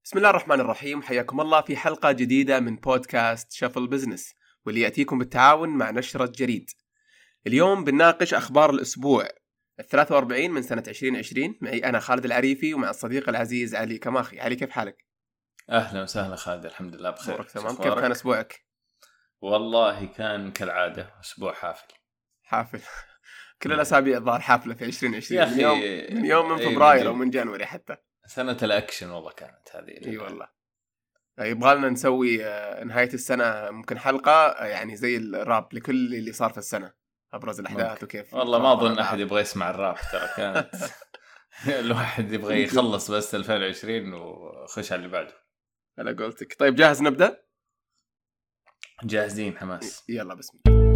بسم الله الرحمن الرحيم. حياكم الله في حلقة جديدة من بودكاست شفل بزنس، واللي يأتيكم بالتعاون مع نشرة جريد. اليوم بنناقش أخبار الأسبوع 43 من سنة 2020. معي أنا خالد العريفي ومع الصديق العزيز علي كماخي. علي، كيف حالك؟ أهلا وسهلا خالد، الحمد لله بخير. تمام. كيف كان أسبوعك؟ والله كان كالعادة أسبوع حافل. كل الأسابيع ظهر حافلة في 2020 يا أخي. من يوم من فبراير أو من جانوري حتى. سنة الأكشن والله كانت هذه. اي والله. يبغى لنا نسوي نهاية السنة ممكن حلقة يعني زي الراب لكل اللي صار في السنة، أبرز الأحداث وكيف. والله ما أظن أحد يبغى يسمع الراب، ترى كانت الواحد يبغى يخلص بس 2020 وخش على اللي بعده. على قولتك. طيب جاهز نبدأ؟ جاهزين حماس. يلا بسم الله.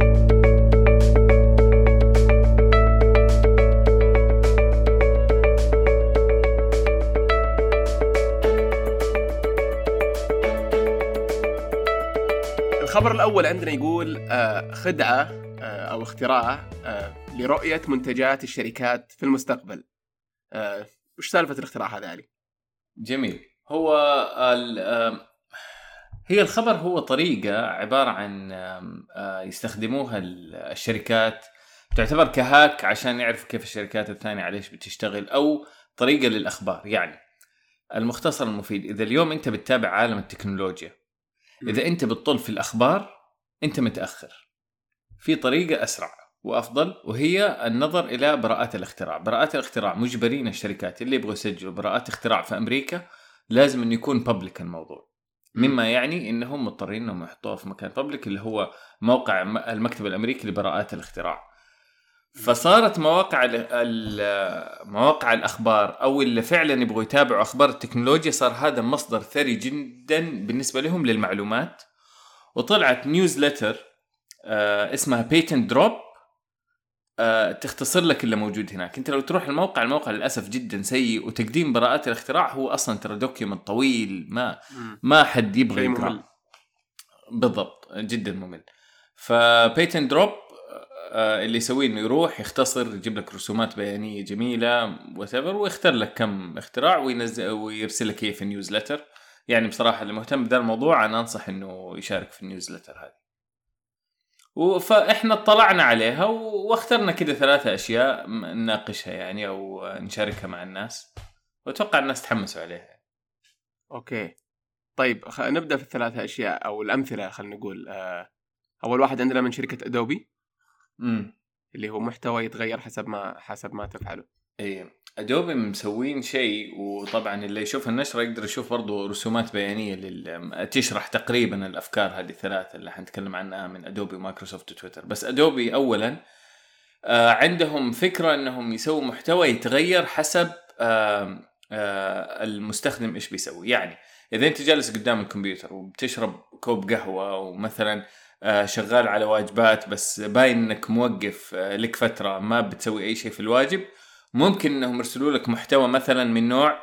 الخبر الأول عندنا يقول خدعة أو اختراع لرؤية منتجات الشركات في المستقبل. وش سالفة الاختراع هذا علي؟ جميل. هو هي الخبر هو طريقة عبارة عن يستخدموها الشركات، تعتبر كهاك عشان يعرفوا كيف الشركات الثانية عليش بتشتغل، أو طريقة للأخبار. يعني المختصر المفيد، إذا اليوم أنت بتتابع عالم التكنولوجيا، إذا أنت بتطل في الأخبار أنت متأخر. في طريقة أسرع وأفضل، وهي النظر إلى براءات الاختراع. براءات الاختراع مجبرين الشركات اللي يبغوا يسجلوا براءات اختراع في أمريكا لازم أن يكون بابليك الموضوع، مما يعني أنهم مضطرين أنهم يحطوها في مكان بابليك اللي هو موقع المكتب الأمريكي لبراءات الاختراع. فصارت مواقع الأخبار أو اللي فعلا يبغوا يتابعوا أخبار التكنولوجيا صار هذا مصدر ثري جدا بالنسبة لهم للمعلومات. وطلعت نيوزلتر اسمها بيتنت دروب، تختصر لك اللي موجود هناك. انت لو تروح الموقع للأسف جدا سيء، وتقديم براءات الاختراع هو أصلا ترى دوكيومنت طويل ما حد يبغى يقرأ. بالضبط، جدا ممل. فبيتنت دروب اللي يسويه انه يروح يختصر، يجيب لك رسومات بيانيه جميله whatever، ويختار لك كم اختراع وينزل ويرسل لك اياه في النيوزلتر. يعني بصراحه اللي مهتم بهذا الموضوع انا انصح انه يشارك في النيوزلتر هذه. فاحنا اطلعنا عليها واخترنا كده 3 أشياء نناقشها يعني او نشاركها مع الناس، واتوقع الناس تحمسوا عليها. اوكي طيب نبدا في ال3 أشياء او الامثله. خلينا نقول اول واحد عندنا من شركه ادوبي، اللي هو محتوى يتغير حسب ما تفعله. ايه، ادوبي مسوين شيء، وطبعا اللي يشوف النشره يقدر يشوف برضو رسومات بيانيه تشرح تقريبا الافكار هذه الثلاثه اللي حنتكلم عنها من ادوبي ومايكروسوفت وتويتر. بس ادوبي اولا عندهم فكره انهم يسووا محتوى يتغير حسب المستخدم ايش بيسوي. يعني اذا انت جالس قدام الكمبيوتر وبتشرب كوب قهوه، ومثلا شغال على واجبات بس باين انك موقف لك فتره ما بتسوي اي شيء في الواجب، ممكن انهم يرسلوا لك محتوى مثلا من نوع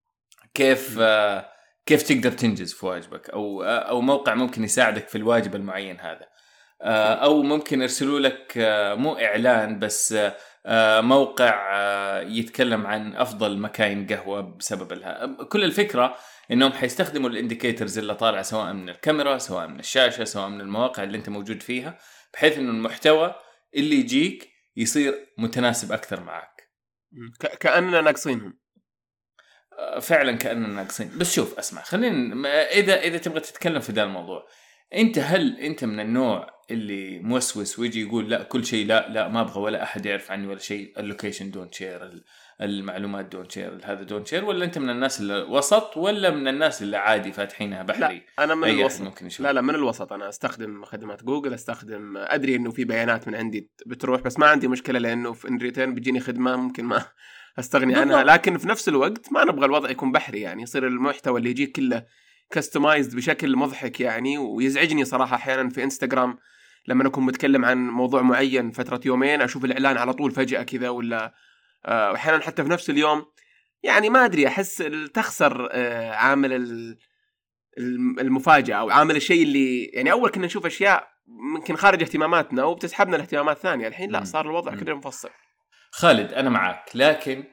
كيف تقدر تنجز في واجبك، او موقع ممكن يساعدك في الواجب المعين هذا، او ممكن يرسلوا لك مو اعلان بس موقع يتكلم عن افضل مكاين قهوه بسبب كل الفكره انهم حيستخدموا الانديكيتورز اللي طالعه سواء من الكاميرا سواء من الشاشه سواء من المواقع اللي انت موجود فيها، بحيث انه المحتوى اللي يجيك يصير متناسب اكثر معك. كأننا ناقصينهم فعلا كأننا ناقصين. بس شوف اسمع، خلينا اذا تبغى تتكلم في ذا الموضوع، هل انت من النوع اللي موسوس ويجي يقول لا كل شيء لا ما ابغى ولا احد يعرف عني ولا شيء، اللوكيشن دون شير، المعلومات دون شير، هذا دون شير، ولا انت من الناس اللي وسط، ولا من الناس اللي عادي فاتحينها بحري؟ لا انا من الوسط. لا من الوسط. انا استخدم خدمات جوجل، ادري انه في بيانات من عندي بتروح، بس ما عندي مشكله لانه في انريتين بيجيني خدمه ممكن ما استغني عنها. لكن في نفس الوقت ما نبغى الوضع يكون بحري، يعني يصير المحتوى اللي يجيك كله كستمايزد بشكل مضحك يعني. ويزعجني صراحه احيانا في انستغرام لما نكون متكلم عن موضوع معين فتره يومين اشوف الاعلان على طول فجاه كذا، ولا احيانا حتى في نفس اليوم. يعني ما ادري، احس تخسر عامل المفاجاه او عامل الشيء اللي يعني اول كنا نشوف اشياء ممكن خارج اهتماماتنا وبتسحبنا الاهتمامات الثانيه. الحين لا، صار الوضع كده مفصل. خالد انا معك، لكن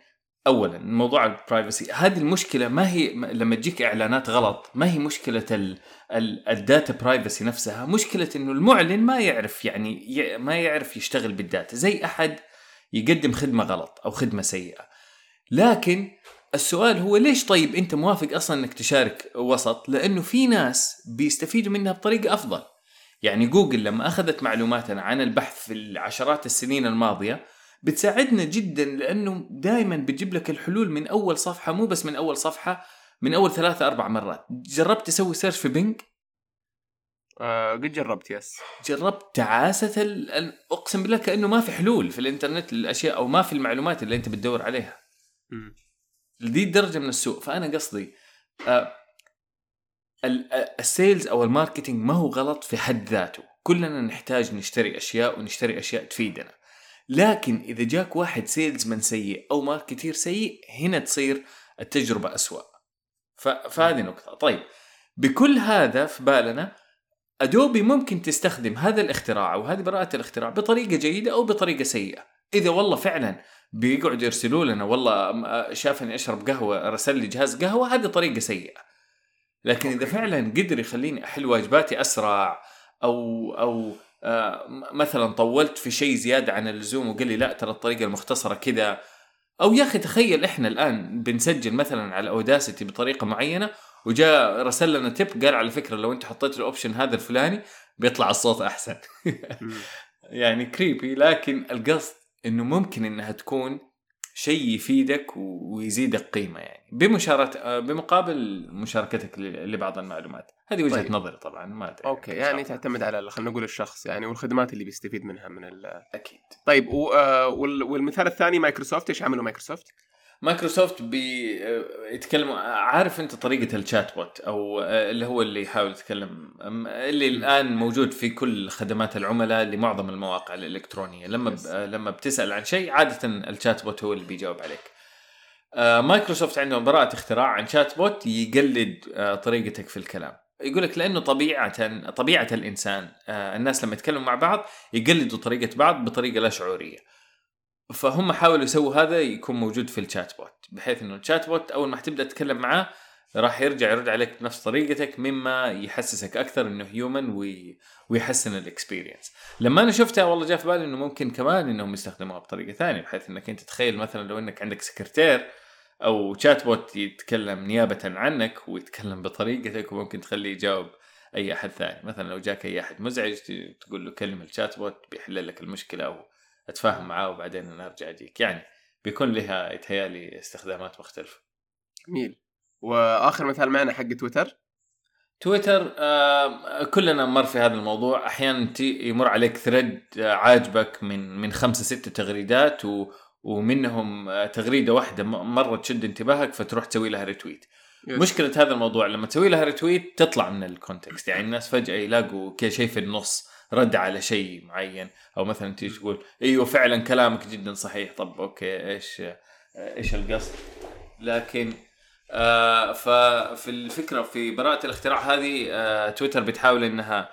اولا موضوع البرايفسي، هذه المشكله ما هي لما تجيك اعلانات غلط، ما هي مشكله الداتا برايفسي نفسها، مشكله انه المعلن ما يعرف، يعني ما يعرف يشتغل بالداتا، زي احد يقدم خدمه غلط او خدمه سيئه. لكن السؤال هو ليش طيب انت موافق اصلا انك تشارك وسط؟ لانه في ناس بيستفيدوا منها بطريقه افضل. يعني جوجل لما اخذت معلوماتنا عن البحث في العشرات السنين الماضيه بتساعدنا جدا، لانه دائما بتجيب لك الحلول من اول صفحه، مو بس من اول صفحه، من اول 3-4 مرات. جربت تسوي سيرش في بينج؟ قد جربت. يس جربت تعاسة اقسم بالله كانه ما في حلول في الانترنت للاشياء، او ما في المعلومات اللي انت بتدور عليها. دي الدرجه من السوء. فانا قصدي السيلز او الماركتينج ما هو غلط في حد ذاته، كلنا نحتاج نشتري اشياء ونشتري اشياء تفيدنا. لكن اذا جاك واحد سيلز من سيء او ماركتير سيء، هنا تصير التجربه أسوأ. فهذه نقطه. طيب بكل هذا في بالنا، ادوبي ممكن تستخدم هذا الاختراع او هذه براءه الاختراع بطريقه جيده او بطريقه سيئه. اذا والله فعلا بيقعد يرسلوا لنا والله شافني اشرب قهوه رسل لي جهاز قهوه، هذه طريقه سيئه. لكن إذا فعلا قدر يخليني أحل واجباتي أسرع، أو مثلا طولت في شيء زيادة عن اللزوم وقال لي لا ترى الطريقة المختصرة كذا، أو يا أخي تخيل إحنا الآن بنسجل مثلا على أوداسيتي بطريقة معينة وجاء رسل لنا تيب قال على فكرة لو أنت حطيت الأوبشن هذا الفلاني بيطلع الصوت أحسن. يعني كريبي، لكن القصد إنه ممكن إنها تكون شيء يفيدك ويزيدك قيمة، يعني بمقابل مشاركتك لبعض المعلومات. هذه وجهة طيب. نظري طبعا، ما أدري. أوكي، يعني تعتمد على خلينا نقول الشخص يعني والخدمات اللي بيستفيد منها من أكيد. طيب والمثال الثاني مايكروسوفت، إيش عملوا مايكروسوفت بيتكلموا، عارف أنت طريقة الشات بوت أو اللي هو اللي يحاول يتكلم، اللي الآن موجود في كل خدمات العملاء لمعظم المواقع الإلكترونية. لما بتسأل عن شيء عادة الشات بوت هو اللي بيجاوب عليك. مايكروسوفت عندهم براءة اختراع عن شات بوت يقلد طريقتك في الكلام. يقولك لأنه طبيعة الإنسان، الناس لما يتكلموا مع بعض يقلدوا طريقة بعض بطريقة لا شعورية. فهم حاولوا يسووا هذا يكون موجود في الشات بوت، بحيث انه الشات بوت اول ما تبدا تتكلم معاه راح يرجع يرد عليك بنفس طريقتك، مما يحسسك اكثر انه هيومن ويحسن الاكسبيرينس. لما انا شفتها والله جاء في بالي انه ممكن كمان انهم يستخدموها بطريقه ثانيه، بحيث انك انت تتخيل مثلا لو انك عندك سكرتير او شات بوت يتكلم نيابه عنك ويتكلم بطريقتك، وممكن تخليه يجاوب اي احد ثاني. مثلا لو جاك اي احد مزعج تقول له كلمه الشات بوت بيحل لك المشكله، او اتفاهم معاه وبعدين انا ارجع اجيك. يعني بيكون لها يتهيالي استخدامات مختلفه. جميل. واخر مثال معنا حق تويتر كلنا مر في هذا الموضوع. احيانا يمر عليك ثريد عاجبك من 5-6 تغريدات، ومنهم تغريده واحده مره تشد انتباهك فتروح تسوي لها ريتويت. مشكله هذا الموضوع لما تسوي لها ريتويت تطلع من الكونتكست، يعني الناس فجاه يلاقوا كذا شيء في النص رد على شيء معين، او مثلا تيجي تقول ايوه فعلا كلامك جدا صحيح. طب اوكي ايش القصد؟ لكن ففي الفكره في براءه الاختراع هذه تويتر بتحاول انها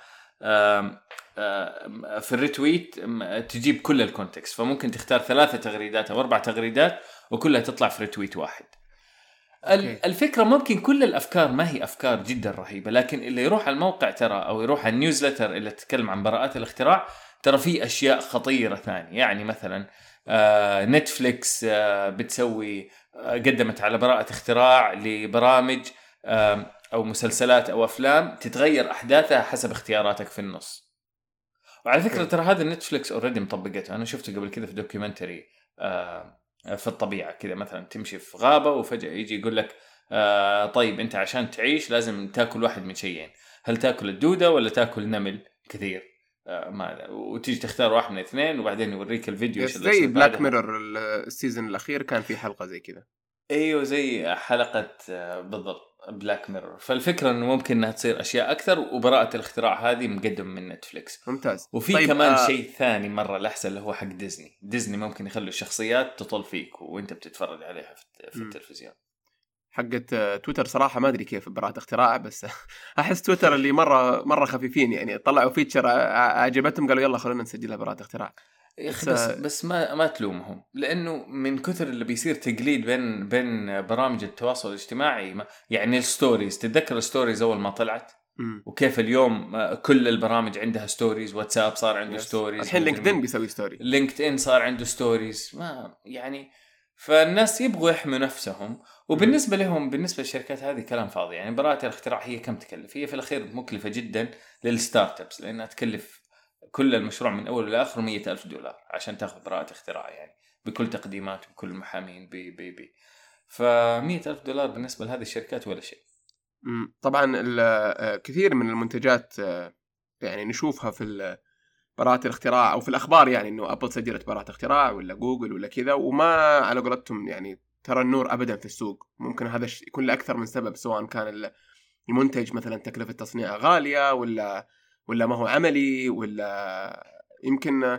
في الريتويت تجيب كل الكونتكست، فممكن تختار 3 تغريدات او 4 تغريدات وكلها تطلع في ريتويت واحد. الفكرة ممكن كل الأفكار ما هي أفكار جدا رهيبة، لكن اللي يروح على الموقع ترى أو يروح على النيوزلتر اللي تتكلم عن براءات الاختراع ترى فيه أشياء خطيرة ثانية. يعني مثلا نتفليكس بتسوي قدمت على براءة اختراع لبرامج أو مسلسلات أو أفلام تتغير أحداثها حسب اختياراتك في النص. وعلى فكرة ترى هذا نتفليكس أوريدي مطبقته، أنا شفته قبل كده في دوكيومنتري في الطبيعة كذا. مثلا تمشي في غابة وفجأة يجي يقول لك طيب أنت عشان تعيش لازم تأكل واحد من شيئين، هل تأكل الدودة ولا تأكل نمل كثير؟ وتيجي تختار واحد من الاثنين وبعدين يوريك الفيديو. زي بلاك ميرور السيزن الأخير كان في حلقة زي كذا. أيوة زي حلقة بالضبط بلاك ميرور. فالفكرة إنه ممكن إنها تصير أشياء أكثر، وبراءة الاختراع هذه مقدم من نتفليكس. ممتاز. وفي طيب كمان شيء ثاني مرة الأحسن اللي هو حق ديزني ممكن يخلوا الشخصيات تطل فيك وأنت بتتفرج عليها في التلفزيون. حقت تويتر صراحة ما أدري كيف براءة اختراع، بس أحس تويتر اللي مرة خفيفين، يعني طلعوا فيتشر عجبتهم قالوا يلا خلونا نسجلها براءة اختراع. بس ما تلومهم، لانه من كثر اللي بيصير تقليد بين برامج التواصل الاجتماعي. يعني الستوريز، تتذكر الستوريز اول ما طلعت وكيف اليوم كل البرامج عندها ستوريز، واتساب صار عنده ستوريز، الحين لينكدين بيسوي ستوري، لينكدين صار عنده ستوريز، ما يعني فالناس يبغوا يحموا نفسهم. وبالنسبه لهم، بالنسبه للشركات هذه كلام فاضي. يعني براءة الاختراع هي كم تكلف؟ هي في الاخير مكلفه جدا للستارت ابس، لانها تكلف كل المشروع من اول لاخر $100,000 عشان تاخذ براءة اختراع، يعني بكل تقديمات وكل المحامين بي $100,000 بالنسبه لهذه الشركات ولا شيء. طبعا كثير من المنتجات يعني نشوفها في براءة الاختراع او في الاخبار، يعني انه ابل سجلت براءة اختراع ولا جوجل ولا كذا، وما على قولتهم يعني ترى النور ابدا في السوق. ممكن هذا يكون لاكثر من سبب، سواء كان المنتج مثلا تكلفة تصنيعه غالية، ولا ما هو عملي، ولا يمكن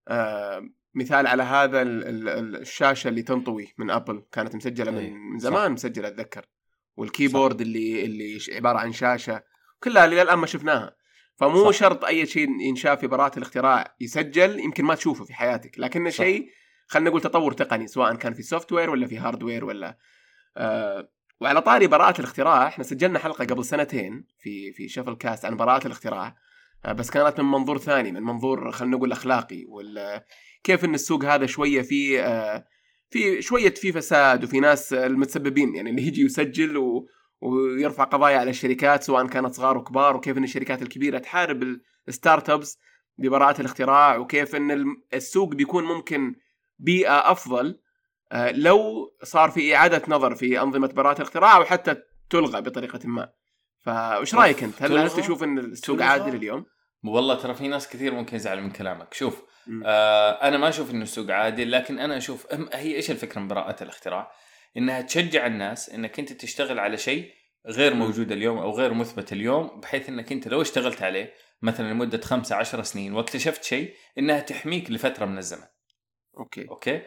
مثال على هذا الشاشة اللي تنطوي من ابل كانت مسجلة من زمان، مسجلة اتذكر، والكيبورد اللي عبارة عن شاشة، كلها اللي الآن ما شفناها. فمو شرط أي شيء ينشاف في براءة الاختراع يسجل يمكن ما تشوفه في حياتك، لكن شيء خلنا نقول تطور تقني، سواء كان في سوفت وير ولا في هاردوير ولا وعلى طاري براءة الاختراع، احنا سجلنا حلقة قبل 2 في شفل كاست عن براءة الاختراع، بس كانت من منظور ثاني، من منظور خلنا نقول أخلاقي، كيف إن السوق هذا شوية في شوية في فساد، وفي ناس المتسببين يعني اللي يجي يسجل ويرفع قضايا على الشركات سواء كانت صغار وكبار، وكيف ان الشركات الكبيرة تحارب الستارت ابس ببراءة الاختراع، وكيف ان السوق بيكون ممكن بيئة افضل لو صار في اعادة نظر في انظمة براءة الاختراع، وحتى تلغى بطريقة ما. فايش رايك انت؟ هل تشوف ان السوق عادل اليوم؟ والله ترى في ناس كثير ممكن يزعل من كلامك. شوف انا ما اشوف انه السوق عادل، لكن انا اشوف هي ايش الفكرة من براءة الاختراع؟ انها تشجع الناس انك انت تشتغل على شيء غير موجود اليوم او غير مثبت اليوم، بحيث انك انت لو اشتغلت عليه مثلا لمدة 5-10 سنين واكتشفت شيء، انها تحميك لفترة من الزمن. اوكي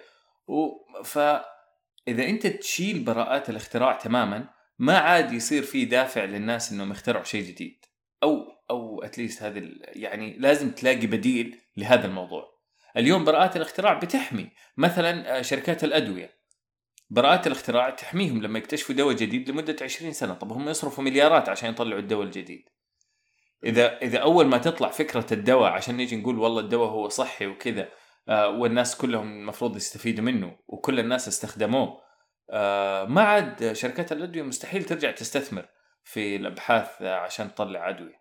فاذا انت تشيل براءات الاختراع تماما، ما عاد يصير في دافع للناس انهم يخترعوا شيء جديد، او اتليست هذا يعني لازم تلاقي بديل لهذا الموضوع. اليوم براءات الاختراع بتحمي مثلا شركات الادويه، براءات الاختراع تحميهم لما يكتشفوا دواء جديد لمدة 20 سنة. طب هم يصرفوا مليارات عشان يطلعوا الدواء الجديد. إذا أول ما تطلع فكرة الدواء عشان نيجي نقول والله الدواء هو صحي وكذا، والناس كلهم المفروض يستفيدوا منه وكل الناس استخدموه، ما عاد شركات الأدوية مستحيل ترجع تستثمر في الأبحاث عشان تطلع أدوية.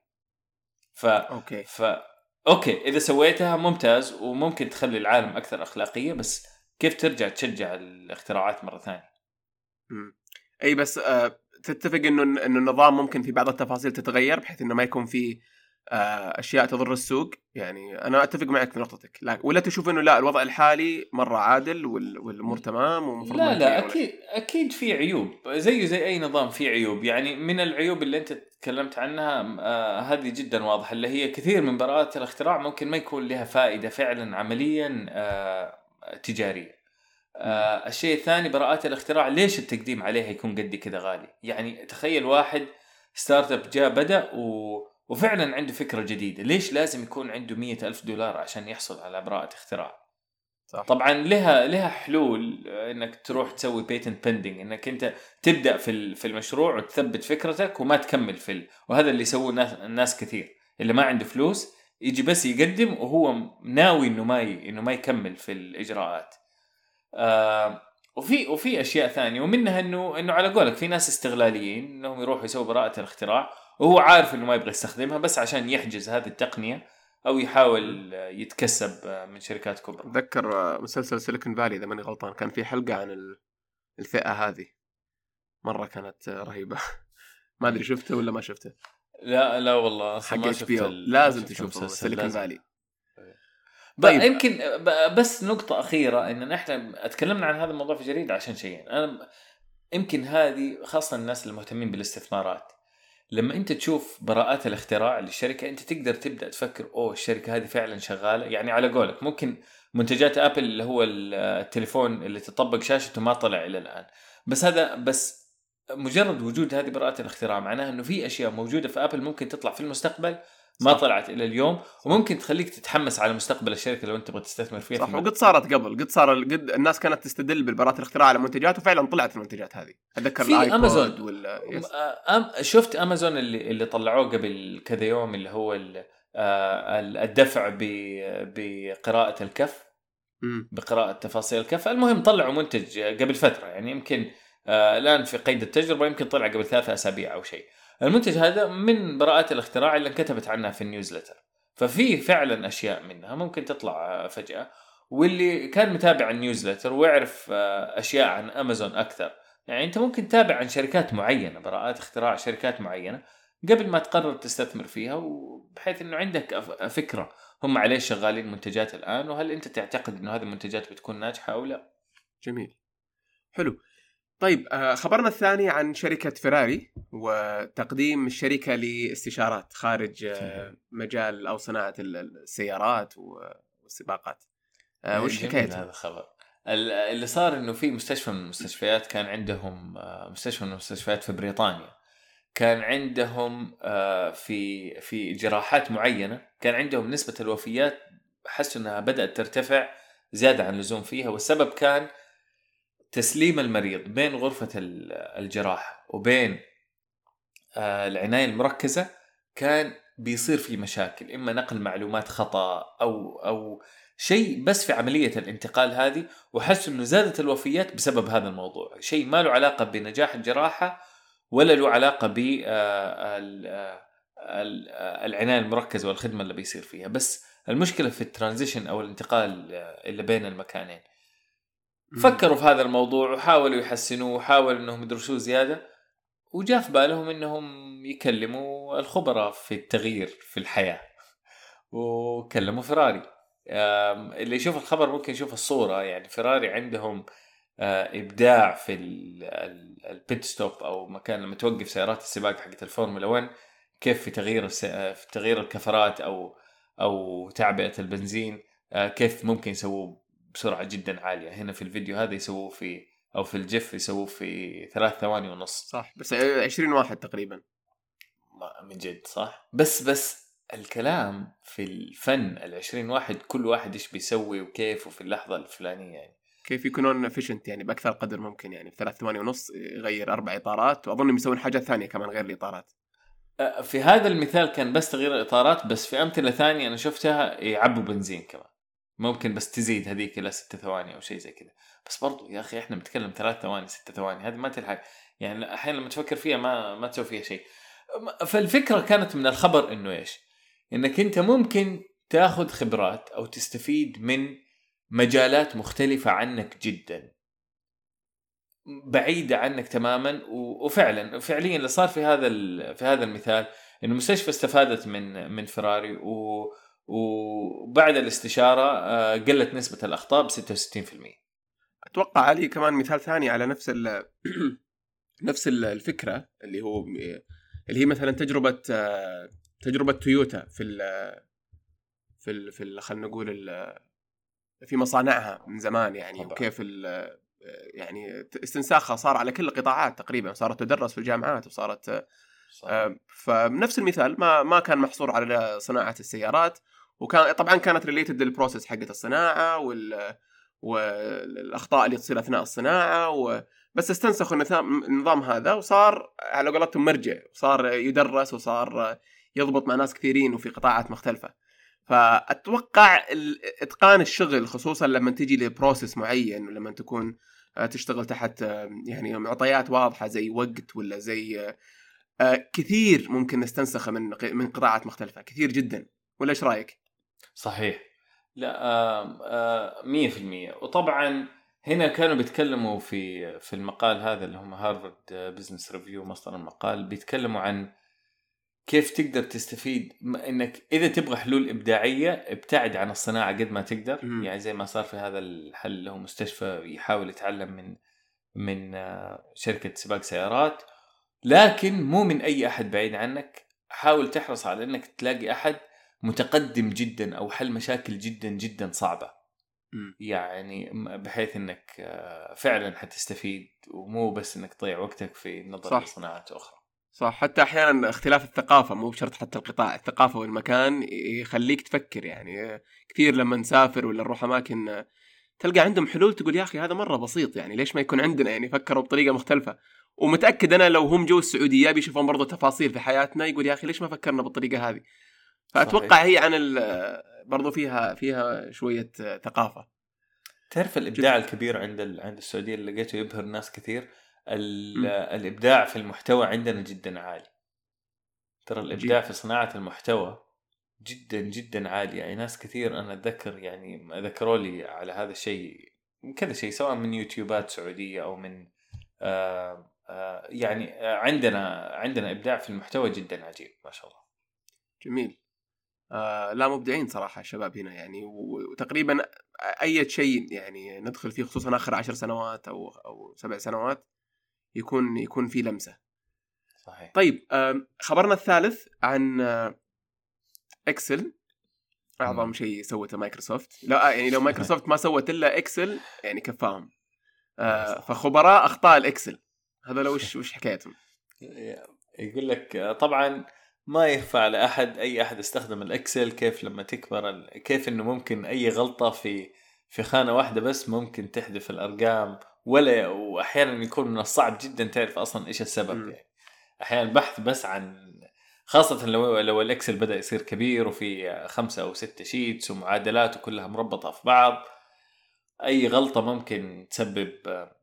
أوكي إذا سويتها ممتاز وممكن تخلي العالم أكثر أخلاقية، بس كيف ترجع تشجع الاختراعات مرة ثانية؟ أي بس تتفق إنه النظام ممكن في بعض التفاصيل تتغير بحيث إنه ما يكون في أشياء تضر السوق. يعني أنا أتفق معك في نقطتك، ولا تشوف إنه لا الوضع الحالي مرة عادل والأمور تمام ومفروض لا أكيد في عيوب، زي أي نظام في عيوب. يعني من العيوب اللي أنت تكلمت عنها هذه جدا واضحة، اللي هي كثير من براءات الاختراع ممكن ما يكون لها فائدة فعلا عمليا تجارية. الشيء الثاني براءات الاختراع ليش التقديم عليها يكون قد كذا غالي؟ يعني تخيل واحد ستارت اب جاء بدأ وفعلا عنده فكرة جديدة، ليش لازم يكون عنده $100,000 عشان يحصل على براءة اختراع؟ صح. طبعا لها حلول، انك تروح تسوي patent pending، انك انت تبدأ في المشروع وتثبت فكرتك وما تكمل وهذا اللي يسووه الناس كثير، اللي ما عنده فلوس يجي بس يقدم وهو ناوي انه ما يكمل في الإجراءات. وفي اشياء ثانيه، ومنها انه على قولك في ناس استغلاليين انهم يروحوا يسووا براءة الاختراع وهو عارف انه ما يبغى يستخدمها بس عشان يحجز هذه التقنيه او يحاول يتكسب من شركات كبرى. اتذكر مسلسل سيليكون فالي اذا ماني غلطان كان في حلقه عن الفئه هذه، مره كانت رهيبه. ما ادري شفته ولا ما شفته؟ لا والله ما شفته. لازم تشوفه سيليكون فالي. طيب يمكن بس نقطة أخيرة، إن نحن اتكلمنا عن هذا الموضوع في جريدة عشان شيئين. أنا يمكن هذه خاصة الناس المهتمين بالاستثمارات، لما أنت تشوف براءات الاختراع للشركة أنت تقدر تبدأ تفكر الشركة هذه فعلا شغالة. يعني على قولك ممكن منتجات أبل اللي هو التليفون اللي تطبق شاشته ما طلع إلى الآن، بس مجرد وجود هذه براءة الاختراع معناها إنه في أشياء موجودة في أبل ممكن تطلع في المستقبل ما طلعت إلى اليوم، وممكن تخليك تتحمس على مستقبل الشركة لو أنت تبغى تستثمر فيها. صح. وقد صارت قبل، قد الناس كانت تستدل بالبراءة الاختراع على منتجات، وفعلا طلعت المنتجات هذه. أتذكر في أمازون ولا شفت أمازون اللي طلعوه قبل كذا يوم، اللي هو الدفع بقراءة الكف، بقراءة تفاصيل الكف. المهم طلعوا منتج قبل فترة، يعني يمكن الآن في قيد التجربة، يمكن طلع قبل 3 أسابيع أو شيء. المنتج هذا من براءات الاختراع اللي انكتبت عنها في النيوزلتر، ففي فعلا أشياء منها ممكن تطلع فجأة. واللي كان متابع النيوزلتر ويعرف أشياء عن أمازون أكثر، يعني أنت ممكن تتابع عن شركات معينة، براءات اختراع شركات معينة قبل ما تقرر تستثمر فيها، وبحيث أنه عندك فكرة هم عليه شغالين منتجات الآن، وهل أنت تعتقد أنه هذه المنتجات بتكون ناجحة أو لا. جميل، حلو. طيب خبرنا الثاني عن شركة فيراري وتقديم الشركة لاستشارات خارج مجال أو صناعة السيارات والسباقات. وش حكاية هذا الخبر؟ اللي صار إنه في مستشفى من المستشفيات كان عندهم مستشفى من المستشفيات في بريطانيا، كان عندهم في جراحات معينة كان عندهم نسبة الوفيات حسوا أنها بدأت ترتفع زيادة عن اللزوم فيها، والسبب كان تسليم المريض بين غرفة الجراحة وبين العناية المركزة، كان بيصير في مشاكل، إما نقل معلومات خطأ أو شيء بس في عملية الانتقال هذه، وحسوا أنه زادت الوفيات بسبب هذا الموضوع. شيء ما له علاقة بنجاح الجراحة ولا له علاقة بالعناية المركزة والخدمة اللي بيصير فيها، بس المشكلة في الترانزيشن أو الانتقال اللي بين المكانين. فكروا في هذا الموضوع وحاولوا يحسنوه، وحاولوا أنهم يدرسوه زيادة، وجاء في بالهم أنهم يكلموا الخبراء في التغيير في الحياة، وكلموا فيراري. اللي يشوف الخبر ممكن يشوف الصورة، يعني فيراري عندهم إبداع في البيت ستوب أو مكان لما توقف سيارات السباق حقت الفورمولا 1، كيف في تغيير الكفرات أو تعبئة البنزين، كيف ممكن يسووه بسرعة جدا عالية. هنا في الفيديو هذا يسووه أو في الجيف يسووه في 3 ثواني ونص. صح، بس 20 واحد تقريبا. من جد صح. بس الكلام في الفن 20 واحد، كل واحد إيش بيسوي وكيف وفي اللحظة الفلانية، يعني كيف يكونون efficient يعني بأكثر قدر ممكن. يعني في 3 ثواني ونص يغير 4 إطارات، وأظن يسوون حاجات ثانية كمان غير الإطارات. في هذا المثال كان بس تغيير الإطارات، بس في أمثلة ثانية أنا شفتها يعبوا بنزين كمان، ممكن بس تزيد هذيك إلى 6 ثواني أو شيء زي كذا. بس برضو يا أخي إحنا بنتكلم 3 ثواني 6 ثواني، هذه ما تلحق يعني. أحيانا لما تفكر فيها ما تسوي فيها شيء. فالفكرة كانت من الخبر إنه إيش، إنك أنت ممكن تأخذ خبرات أو تستفيد من مجالات مختلفة عنك جدا، بعيدة عنك تماما. وفعليا اللي صار في هذا المثال إنه المستشفى استفادت من فيراري، وبعد الاستشارة قلت نسبة الأخطاء ب66%. أتوقع علي كمان مثال ثاني على نفس الفكرة، اللي هي مثلا تجربة تويوتا في خلينا نقول في مصانعها من زمان يعني طبعا. وكيف يعني استنساخها صار على كل القطاعات تقريبا، صارت تدرس في الجامعات وصارت فنفس المثال ما كان محصور على صناعة السيارات، وكان طبعا كانت ريليتد للبروسيس حقت الصناعة والأخطاء اللي تصير أثناء الصناعة، بس استنسخوا النظام هذا وصار على قولتهم مرجع، وصار يدرس وصار يضبط مع ناس كثيرين وفي قطاعات مختلفة. فأتوقع إتقان الشغل خصوصا لما تيجي لبروسيس معين، ولما تكون تشتغل تحت يعني معطيات واضحة زي وقت ولا زي كثير ممكن نستنسخه من قطاعات مختلفة كثير جدا. ولا إيش رأيك؟ صحيح. لا 100%. وطبعا هنا كانوا بيتكلموا في المقال هذا اللي هم هارفارد بزنس ريفيو مصدر المقال، بيتكلموا عن كيف تقدر تستفيد انك اذا تبغى حلول ابداعيه ابتعد عن الصناعه قد ما تقدر. يعني زي ما صار في هذا الحل اللي هو مستشفى يحاول يتعلم من شركه سباق سيارات، لكن مو من اي احد بعيد عنك. حاول تحرص على انك تلاقي احد متقدم جدا او حل مشاكل جدا جدا صعبه، يعني بحيث انك فعلا حتستفيد، ومو بس انك تضيع وقتك في نظر لصناعات اخرى. صح، حتى احيانا اختلاف الثقافه مو بشرط حتى القطاع، الثقافه والمكان يخليك تفكر يعني. كثير لما نسافر ولا نروح اماكن تلقى عندهم حلول تقول يا اخي هذا مره بسيط، يعني ليش ما يكون عندنا؟ يعني فكروا بطريقه مختلفه. ومتاكد انا لو هم جو السعوديه بيشوفون برضو تفاصيل في حياتنا يقول يا اخي ليش ما فكرنا بالطريقه هذه. فاتوقع صحيح. هي عن برضو فيها شويه ثقافه. تعرف الابداع الكبير عند السعوديه اللي لقيته يبهر ناس كثير، الابداع في المحتوى عندنا جدا عالي. ترى الابداع في صناعه المحتوى جدا جدا عالي. يعني ناس كثير انا اتذكر يعني ذكروا لي على هذا الشيء من كذا شيء، سواء من يوتيوبات سعوديه او من يعني عندنا ابداع في المحتوى جدا عجيب ما شاء الله. جميل. لا مبدعين صراحة الشباب هنا يعني، وتقريبا أي شيء يعني ندخل فيه خصوصا آخر 10 سنوات أو 7 سنوات يكون فيه لمسة. صحيح. طيب خبرنا الثالث عن إكسل، أعظم شيء سوته مايكروسوفت. لا يعني لو مايكروسوفت ما سوت إلا إكسل يعني كفاهم. فخبراء أخطاء الإكسل هذا لو وش حكايتهم؟ يقول لك طبعا ما يخفى على احد، اي احد استخدم الاكسل كيف لما تكبر كيف انه ممكن اي غلطه في خانه واحده بس ممكن تحذف الارقام، واحيانا يكون من الصعب جدا تعرف اصلا ايش السبب. يعني احيانا البحث بس عن، خاصه لو الاكسل بدا يصير كبير وفي 5 أو 6 شيتس ومعادلات وكلها مربطه في بعض، اي غلطه ممكن تسبب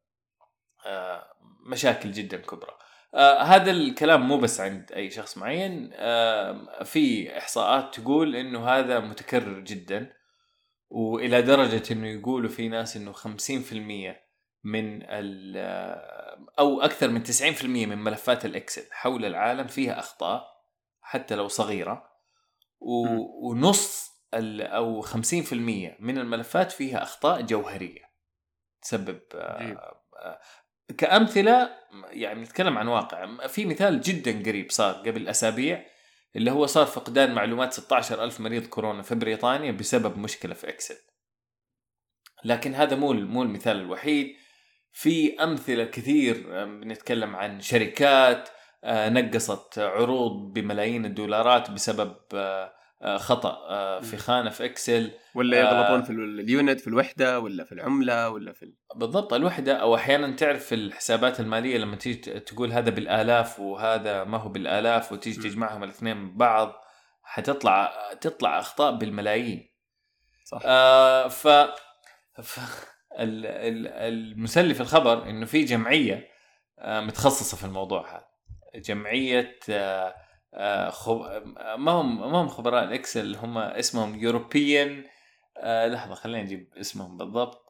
مشاكل جدا كبرى. هذا الكلام مو بس عند أي شخص معين، في إحصاءات تقول إنه هذا متكرر جدا، وإلى درجة إنه يقولوا في ناس إنه 50% من أو أكثر من 90% من ملفات الإكسل حول العالم فيها أخطاء حتى لو صغيرة، ونص أو 50% من الملفات فيها أخطاء جوهرية تسبب كأمثلة. يعني نتكلم عن واقع، في مثال جدا قريب صار قبل أسابيع، اللي هو صار فقدان معلومات 16,000 مريض كورونا في بريطانيا بسبب مشكلة في إكسل. لكن هذا مو المثال الوحيد، في أمثلة كثير. بنتكلم عن شركات نقصت عروض بملايين الدولارات بسبب خطأ في خانة في إكسل، ولا يغلطون في اليونت في الوحدة ولا في العملة ولا في بالضبط الوحدة، أو أحيانا تعرف في الحسابات المالية لما تيجي تقول هذا بالآلاف وهذا ما هو بالآلاف وتيجي تجمعهم الاثنين ببعض تطلع أخطاء بالملايين. صح. المسلي في الخبر إنه في جمعية متخصصة في الموضوع هذا، جمعية ما هم خبراء الإكسل، هم اسمهم يوروبيان، لحظة خلينا نجيب اسمهم بالضبط.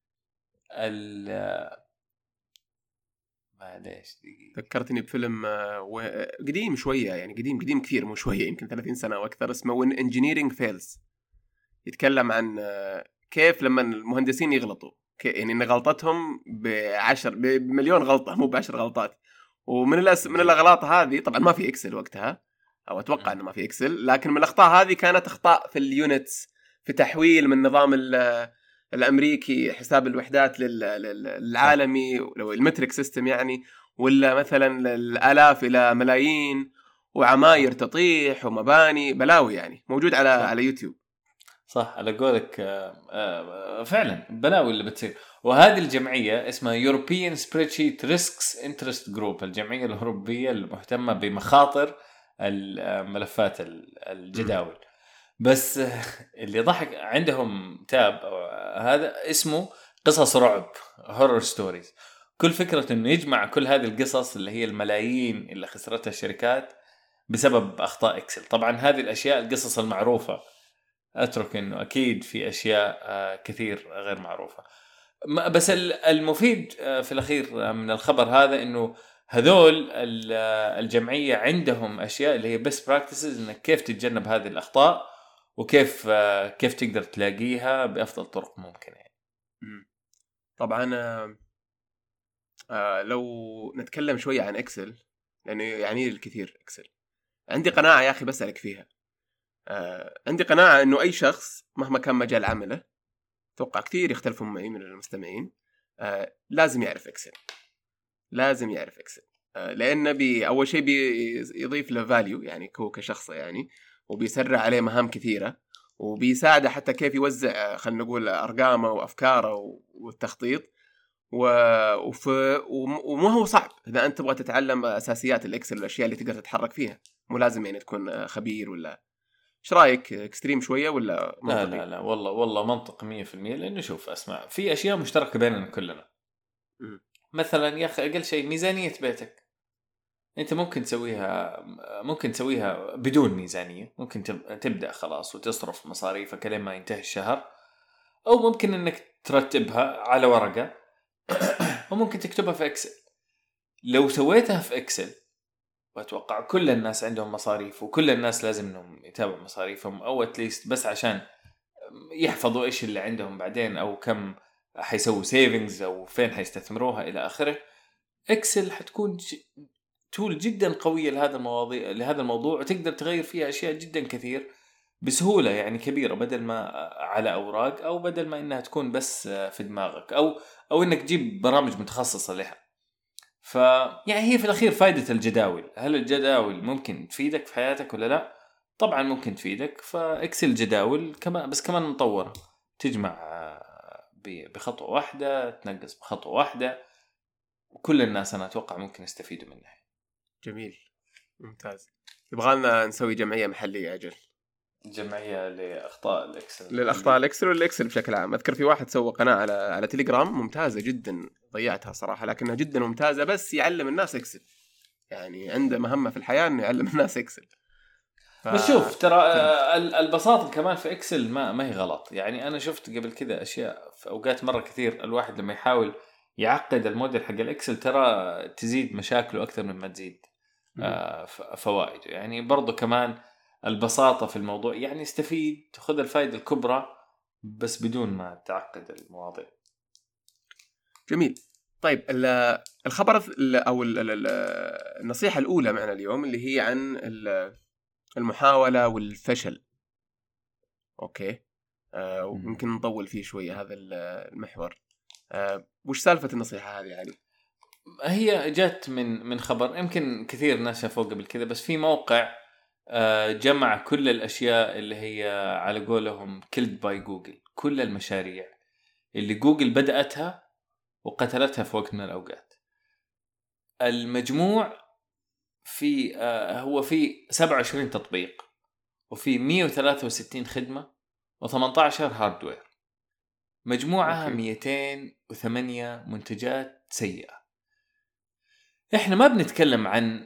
معليش ذكرتني بفيلم قديم شوية، يعني قديم كثير مو شوية، يمكن 30 سنة أو أكثر، اسمه When Engineering Fails. يتكلم عن كيف لما المهندسين يغلطوا، يعني إن غلطتهم بمليون غلطة مو ب10 غلطات. ومن من الأغلاط هذه طبعا ما في إكسل وقتها، أو أتوقع أنه ما في إكسل، لكن من الأخطاء هذه كانت أخطاء في اليونتس، في تحويل من نظام الأمريكي حساب الوحدات للعالمي لو المتريك سيستم يعني، ولا مثلا الآلاف إلى ملايين، وعماير تطيح ومباني بلاوي يعني موجود على يوتيوب. صح على قولك، فعلا بلاوي اللي بتصير. وهذه الجمعية اسمها European Spreadsheet Risks Interest Group، الجمعية الأوروبية المهتمة بمخاطر الملفات الجداول. بس اللي ضحك عندهم تاب هذا اسمه قصص رعب، هورر ستوريز. كل فكرة انه يجمع كل هذه القصص اللي هي الملايين اللي خسرتها الشركات بسبب اخطاء اكسل. طبعا هذه الاشياء القصص المعروفة، اترك انه اكيد في اشياء كثير غير معروفة. بس المفيد في الاخير من الخبر هذا انه هذول الجمعية عندهم اشياء اللي هي best practices، انك كيف تتجنب هذه الاخطاء وكيف تقدر تلاقيها بأفضل طرق ممكنة يعني. طبعا لو نتكلم شوية عن إكسل لأنه يعني الكثير إكسل، عندي قناعة يا أخي بسألك فيها. عندي قناعة أنه أي شخص مهما كان مجال عمله، توقع كثير يختلفون معي من المستمعين، لازم يعرف إكسل. لأنه أول شيء بيضيف له فاليو يعني هو كشخص يعني، وبيسرع عليه مهام كثيرة، وبيساعده حتى كيف يوزع خلينا نقول أرقامه وأفكاره والتخطيط. ومو هو صعب إذا أنت تبغى تتعلم أساسيات الإكسل والأشياء اللي تقدر تتحرك فيها، مو لازم يعني تكون خبير. ولا إيش رأيك؟ إكستريم شوية ولا منطقي؟ لا والله منطق 100%. لأنه شوف أسمع، في أشياء مشتركة بيننا كلنا. مثلا يا أخي أقل شيء ميزانية بيتك أنت ممكن تسويها بدون ميزانية. ممكن تبدأ خلاص وتصرف مصاريفك لين ما ينتهي الشهر، أو ممكن أنك ترتبها على ورقة وممكن تكتبها في إكسل. لو سويتها في إكسل، وأتوقع كل الناس عندهم مصاريف وكل الناس لازم انهم يتابعوا مصاريفهم، او اتليست بس عشان يحفظوا ايش اللي عندهم بعدين، او كم حيسووا سيفنجز، او فين حيستثمروها الى اخره. اكسل حتكون تول جدا قوية لهذا الموضوع، وتقدر تغير فيها اشياء جدا كثير بسهولة يعني كبيرة، بدل ما على اوراق، او بدل ما انها تكون بس في دماغك، او انك تجيب برامج متخصصة لها. يعني هي في الأخير فائدة الجداول. هل الجداول ممكن تفيدك في حياتك ولا لا؟ طبعا ممكن تفيدك. فإكسل جداول كمان مطورة، تجمع بخطوة واحدة، تنقص بخطوة واحدة، وكل الناس أنا أتوقع ممكن يستفيدوا منها. جميل، ممتاز. يبغالنا نسوي جمعية محلية أجل، جمعية لأخطاء الإكسل، للأخطاء الإكسل والإكسل بشكل عام. أذكر في واحد سوى قناة على تليجرام ممتازة جدا، ضيعتها صراحة لكنها جدا ممتازة، بس يعلم الناس إكسل. يعني عنده مهمة في الحياة إنه يعلم الناس إكسل. بس شوف ترى البساطة كمان في إكسل ما هي غلط. يعني أنا شفت قبل كده أشياء في أوقات مرة كثير الواحد لما يحاول يعقد الموديل حق الإكسل ترى تزيد مشاكله أكثر مما تزيد فوائده. يعني برضو كمان البساطة في الموضوع، يعني استفيد خذ الفائدة الكبرى بس بدون ما تعقد المواضيع. جميل. طيب الخبر أو النصيحة الأولى معنا اليوم اللي هي عن المحاولة والفشل. أوكي، وممكن نطول فيه شوية هذا المحور. وش سالفة النصيحة هذه علي؟ هي جت من خبر يمكن كثير ناس شافوه قبل كذا، بس في موقع جمع كل الأشياء اللي هي على قولهم killed by جوجل، كل المشاريع اللي جوجل بدأتها وقتلتها في وقت من الأوقات. المجموع في هو في 27 تطبيق، وفي 163 خدمة، و18 هاردوير. مجموعها 208 منتجات سيئة. احنا ما بنتكلم عن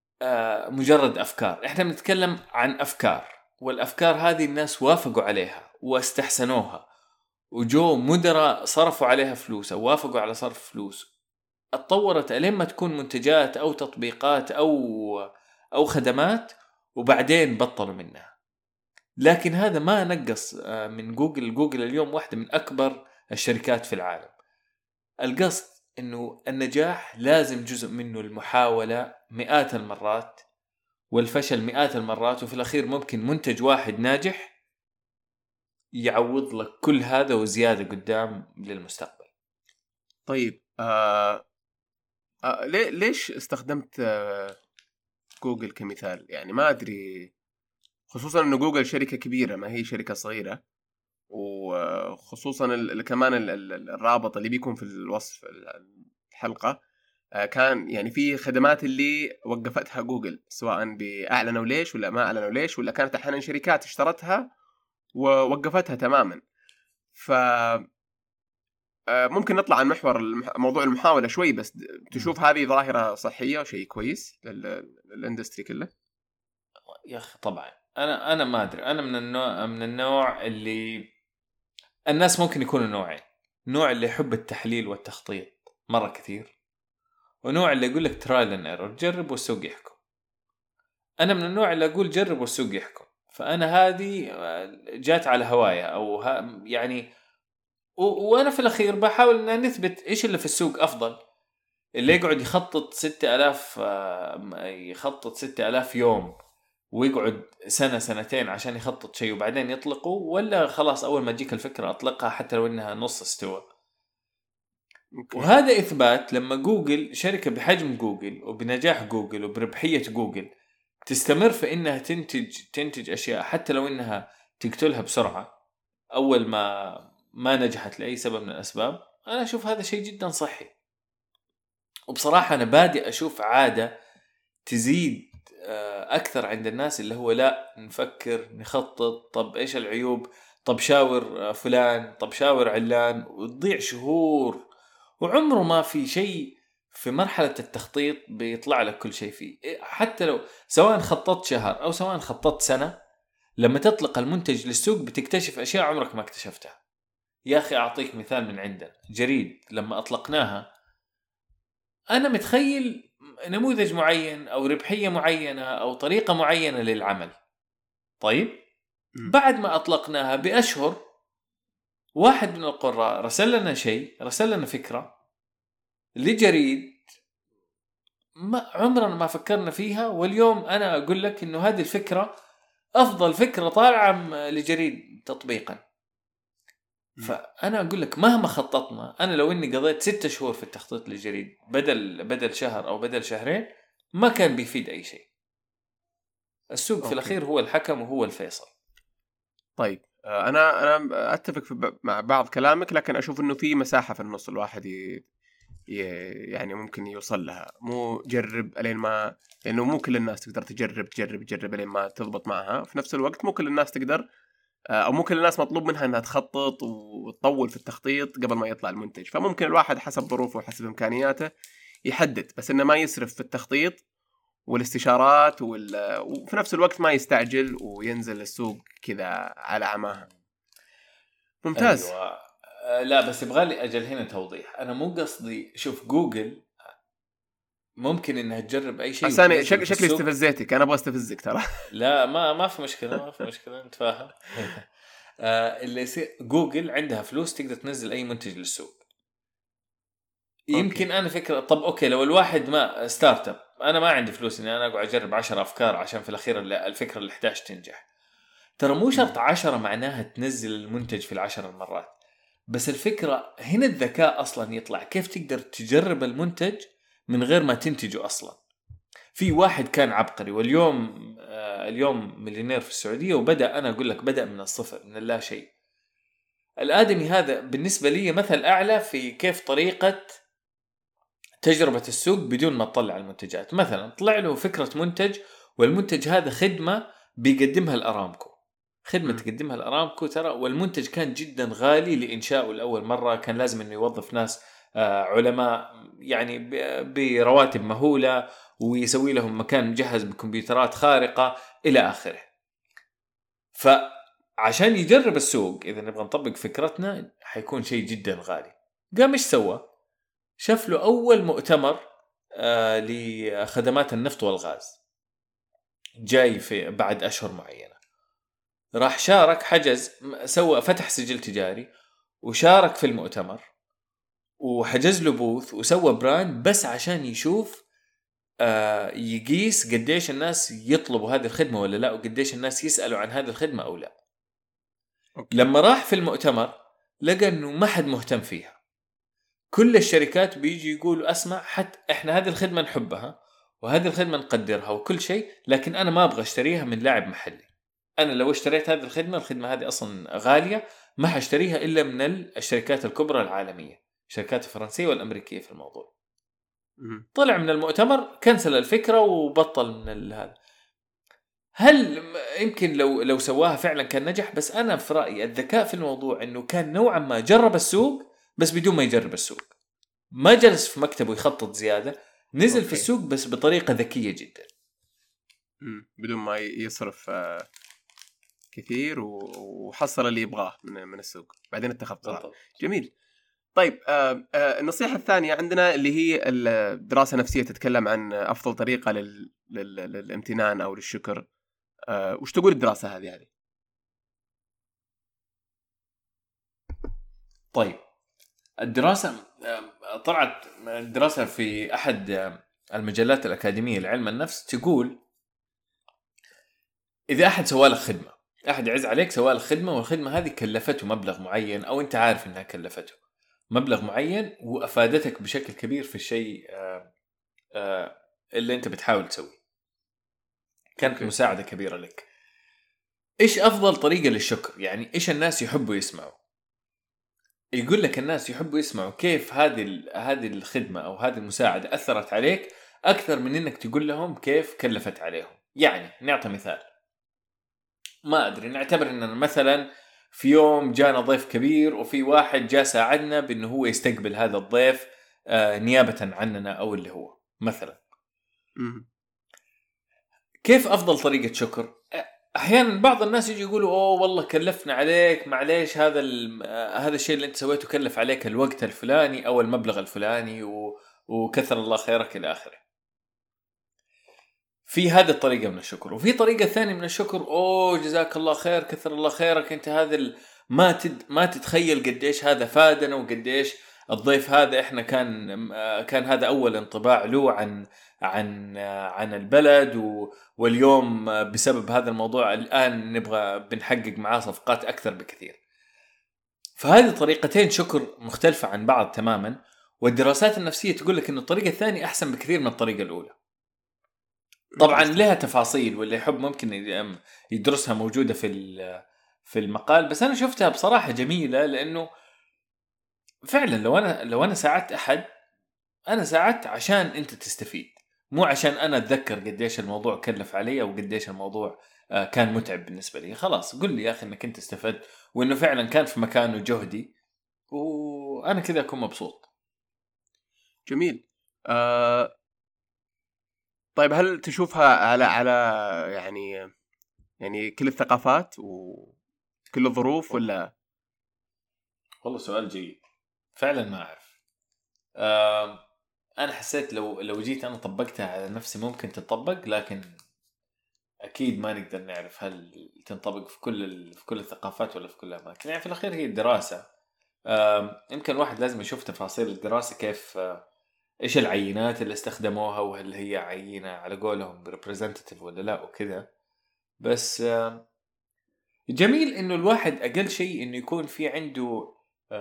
مجرد أفكار، احنا بنتكلم عن أفكار، والأفكار هذه الناس وافقوا عليها واستحسنوها، وجو مدراء صرفوا عليها فلوس أو وافقوا على صرف فلوس، اتطورت ألين ما تكون منتجات أو تطبيقات أو خدمات، وبعدين بطلوا منها. لكن هذا ما نقص من جوجل. جوجل اليوم واحدة من أكبر الشركات في العالم. القصد إنه النجاح لازم جزء منه المحاولة مئات المرات، والفشل مئات المرات، وفي الأخير ممكن منتج واحد ناجح يعوض لك كل هذا وزيادة قدام للمستقبل. طيب ليش استخدمت جوجل كمثال؟ يعني ما أدري، خصوصا أنه جوجل شركة كبيرة ما هي شركة صغيرة، وخصوصا كمان الرابط اللي بيكون في الوصف الحلقة كان يعني في خدمات اللي وقفتها جوجل، سواء بأعلنوا ليش ولا ما أعلنوا ليش، ولا كانت أحيانا شركات اشترتها ووقفتها تماما. ف ممكن نطلع عن محور موضوع المحاولة شوي، بس تشوف هذه ظاهرة صحية وشيء كويس للاندستري كله؟ يا أخي طبعا أنا ما أدري. أنا من النوع اللي الناس ممكن يكونوا نوعين: نوع اللي يحب التحليل والتخطيط مرة كثير، ونوع اللي يقول لك ترايل اند ايرور، جرب والسوق يحكم. أنا من النوع اللي أقول جرب والسوق يحكم. فأنا هذه جات على هواية أو يعني وأنا في الأخير بحاول أن نثبت إيش اللي في السوق أفضل. اللي يقعد يخطط 6000 يوم ويقعد سنتين عشان يخطط شيء وبعدين يطلقه، ولا خلاص أول ما تجيك الفكرة أطلقها حتى لو إنها نص استوى. وهذا إثبات لما جوجل، شركة بحجم جوجل وبنجاح جوجل وبربحية جوجل، تستمر في إنها تنتج أشياء حتى لو إنها تقتلها بسرعة أول ما نجحت لأي سبب من الأسباب. أنا أشوف هذا شيء جدا صحي. وبصراحة أنا بادئ أشوف عادة تزيد أكثر عند الناس، اللي هو لا نفكر نخطط، طب إيش العيوب، طب شاور فلان، طب شاور علان، وتضيع شهور وعمره ما في شيء في مرحلة التخطيط بيطلع لك كل شيء فيه. حتى لو سواء خططت شهر أو سواء خططت سنة، لما تطلق المنتج للسوق بتكتشف أشياء عمرك ما اكتشفتها. يا أخي أعطيك مثال من عندنا، جريد لما أطلقناها أنا متخيل نموذج معين أو ربحية معينة أو طريقة معينة للعمل. طيب بعد ما أطلقناها بأشهر، واحد من القراء رسل لنا فكرة لجريد ما عمرنا ما فكرنا فيها، واليوم أنا أقول لك إنه هذه الفكرة أفضل فكرة طالعة لجريد تطبيقا. فأنا أقول لك مهما خططنا، أنا لو إني قضيت 6 شهور في التخطيط للجريد بدل شهر أو بدل شهرين، ما كان بيفيد أي شيء. السوق في الأخير هو الحكم وهو الفيصل. طيب أنا أتفق مع بعض كلامك، لكن أشوف إنه في مساحة في النص الواحد يعني ممكن يوصل لها. مو جرب ألين ما، لأنه مو كل الناس تقدر تجرب ألين ما تضبط معها. في نفس الوقت مو كل الناس تقدر، أو مو كل الناس مطلوب منها أنها تخطط وتطول في التخطيط قبل ما يطلع المنتج. فممكن الواحد حسب ظروفه وحسب إمكانياته يحدد، بس إنه ما يسرف في التخطيط والاستشارات وفي نفس الوقت ما يستعجل وينزل السوق كذا على عماها. ممتاز. أيوة. لا بس يبغالي أجل هنا توضيح. أنا مو قصدي، شوف جوجل ممكن إنها تجرب أي شيء. أنا شكلي استفزيتك، أنا أبغى استفزك ترى. لا ما في مشكلة نتفاهم. اللي يصير جوجل عندها فلوس تقدر تنزل أي منتج للسوق. يمكن أنا فكرة، طب أوكي لو الواحد ما ستارت اب، أنا ما عندي فلوس إني أنا أقعد أجرب 10 أفكار عشان في الأخير الفكرة اللي 11 تنجح. ترى مو شرط 10 معناها تنزل المنتج في 10 مرات، بس الفكرة هنا الذكاء أصلا يطلع كيف تقدر تجرب المنتج من غير ما تنتجه أصلا. في واحد كان عبقري اليوم مليونير في السعودية، وبدأ، أنا أقول لك بدأ من الصفر، من اللا شيء. الآدمي هذا بالنسبة لي مثل أعلى في كيف طريقة تجربة السوق بدون ما تطلع المنتجات. مثلا طلع له فكرة منتج، والمنتج هذا خدمة بيقدمها الأرامكو، خدمة تقدمها الأرامكو ترى، والمنتج كان جدا غالي لإنشاؤه الأول مرة، كان لازم إنه يوظف ناس علماء يعني برواتب مهولة، ويسوي لهم مكان مجهز بكمبيوترات خارقة إلى آخره. فعشان يجرب السوق، إذا نبغى نطبق فكرتنا حيكون شيء جدا غالي. قام إيش سوى؟ شاف له أول مؤتمر لخدمات النفط والغاز جاي في بعد أشهر معينة، راح شارك، حجز، فتح سجل تجاري وشارك في المؤتمر، وحجز له بوث وسوى براند بس عشان يشوف يقيس قديش الناس يطلبوا هذه الخدمة ولا لا، وقديش الناس يسألوا عن هذه الخدمة أو لا. لما راح في المؤتمر لقى أنه ما حد مهتم فيها. كل الشركات بيجي يقولوا أسمع، حتى إحنا هذه الخدمة نحبها وهذه الخدمة نقدرها وكل شيء، لكن أنا ما أبغى اشتريها من لاعب محلي. أنا لو اشتريت هذه الخدمة هذه أصلا غالية، ما هشتريها إلا من الشركات الكبرى العالمية، الشركات الفرنسية والأمريكية في الموضوع. طلع من المؤتمر، كنسل الفكرة وبطل من هذا. هل يمكن لو سواها فعلا كان نجح؟ بس أنا في رأيي الذكاء في الموضوع إنه كان نوعا ما جرب السوق بس بدون ما يجرب السوق، ما جلس في مكتبه يخطط زيادة، نزل في السوق بس بطريقة ذكية جدا، بدون ما يصرف كثير، وحصل اللي يبغاه من السوق، بعدين اتخذ قرار. جميل. طيب النصيحة الثانية عندنا اللي هي الدراسة النفسية، تتكلم عن أفضل طريقة للامتنان أو للشكر. وش تقول الدراسة هذه؟ طيب الدراسة طلعت دراسة في أحد المجلات الأكاديمية لعلم النفس، تقول إذا أحد سوالك خدمة، أحد يعز عليك سوالك خدمة، والخدمة هذه كلفته مبلغ معين أو أنت عارف أنها كلفته، مبلغ معين وافادتك بشكل كبير في الشيء اللي انت بتحاول تسويه، كانت مساعدة كبيرة لك. ايش افضل طريقة للشكر؟ يعني ايش الناس يحبوا يسمعوا؟ يقول لك الناس يحبوا يسمعوا كيف هذه الخدمة او هذه المساعدة اثرت عليك اكثر من انك تقول لهم كيف كلفت عليهم. يعني نعطي مثال، ما ادري، نعتبر اننا مثلا في يوم جانا ضيف كبير وفي واحد جاء ساعدنا بانه هو يستقبل هذا الضيف نيابة عننا او اللي هو مثلا. كيف افضل طريقة شكر؟ احيانا بعض الناس يجي يقولوا اوه والله كلفنا عليك، معليش هذا الشيء اللي انت سويته كلف عليك الوقت الفلاني او المبلغ الفلاني وكثر الله خيرك الى اخره. في هذه الطريقة من الشكر. وفي طريقة ثانية من الشكر، اوه جزاك الله خير، كثر الله خيرك، انت هذا ما تتخيل قديش هذا فادنا وقديش الضيف هذا احنا كان هذا اول انطباع له عن البلد، واليوم بسبب هذا الموضوع الان نبغى بنحقق معاه صفقات اكثر بكثير. فهذه طريقتين شكر مختلفة عن بعض تماما، والدراسات النفسية تقول لك ان الطريقة الثانية احسن بكثير من الطريقة الاولى. طبعا لها تفاصيل، واللي يحب ممكن يدرسها موجودة في المقال، بس انا شفتها بصراحة جميلة، لانه فعلا لو انا ساعدت احد، انا ساعدت عشان انت تستفيد، مو عشان انا اتذكر قديش الموضوع كلف علي او قديش الموضوع كان متعب بالنسبة لي. خلاص قل لي يا اخي انك انت استفدت وانه فعلا كان في مكانه جهدي، وانا كذا اكون مبسوط. جميل. طيب هل تشوفها على يعني كل الثقافات وكل الظروف ولا؟ والله سؤال جيد، فعلا ما أعرف. أنا حسيت لو جيت أنا طبقتها على نفسي ممكن تطبق، لكن أكيد ما نقدر نعرف هل تنطبق في كل الثقافات ولا في كل الأماكن. يعني في الأخير هي الدراسة، يمكن الواحد لازم يشوف تفاصيل الدراسة، كيف إيش العينات اللي استخدموها، وهل هي عينة على قولهم representative ولا لا وكذا. بس جميل إنه الواحد أقل شيء إنه يكون في عنده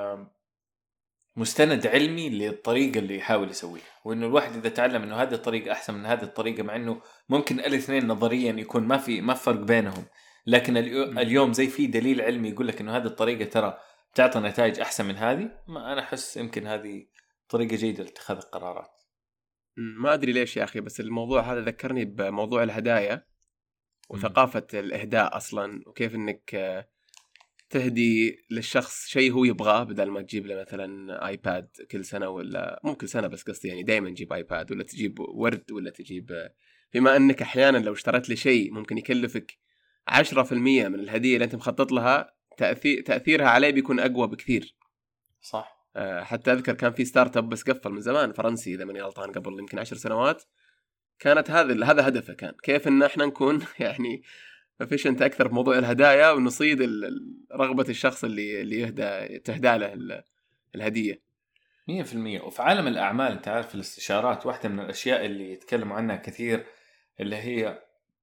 مستند علمي للطريقة اللي يحاول يسويها، وإنه الواحد إذا تعلم إنه هذه الطريقة أحسن من هذه الطريقة، مع إنه ممكن الاثنين نظريا يكون ما فرق بينهم، لكن اليوم زي في دليل علمي يقول لك إنه هذه الطريقة ترى تعطي نتائج أحسن من هذه، ما أنا أحس يمكن هذه طريقة جيدة لاتخاذ القرارات. ما أدري ليش يا أخي، بس الموضوع هذا ذكرني بموضوع الهدايا وثقافة الإهداء أصلا، وكيف إنك تهدي للشخص شيء هو يبغاه، بدل ما تجيب له مثلا آيباد كل سنة، ولا مو كل سنة بس قصدي يعني دايما تجيب آيباد، ولا تجيب ورد، ولا تجيب، بما أنك أحيانا لو اشتريت لي شيء ممكن يكلفك 10% من الهدية اللي أنت مخطط لها، تأثيرها عليه بيكون أقوى بكثير. صح. حتى أذكر كان في ستارت اب بس قفل من زمان، فرنسي إذا ماني غلطان، قبل يمكن 10 سنوات، كانت هذا هدفه، كان كيف إن احنا نكون يعني efficient أكثر بموضوع الهدايا، ونصيد رغبة الشخص اللي تهدى له الهدية. 100%. وفي عالم الأعمال أنت عارف الاستشارات واحدة من الأشياء اللي يتكلموا عنها كثير اللي هي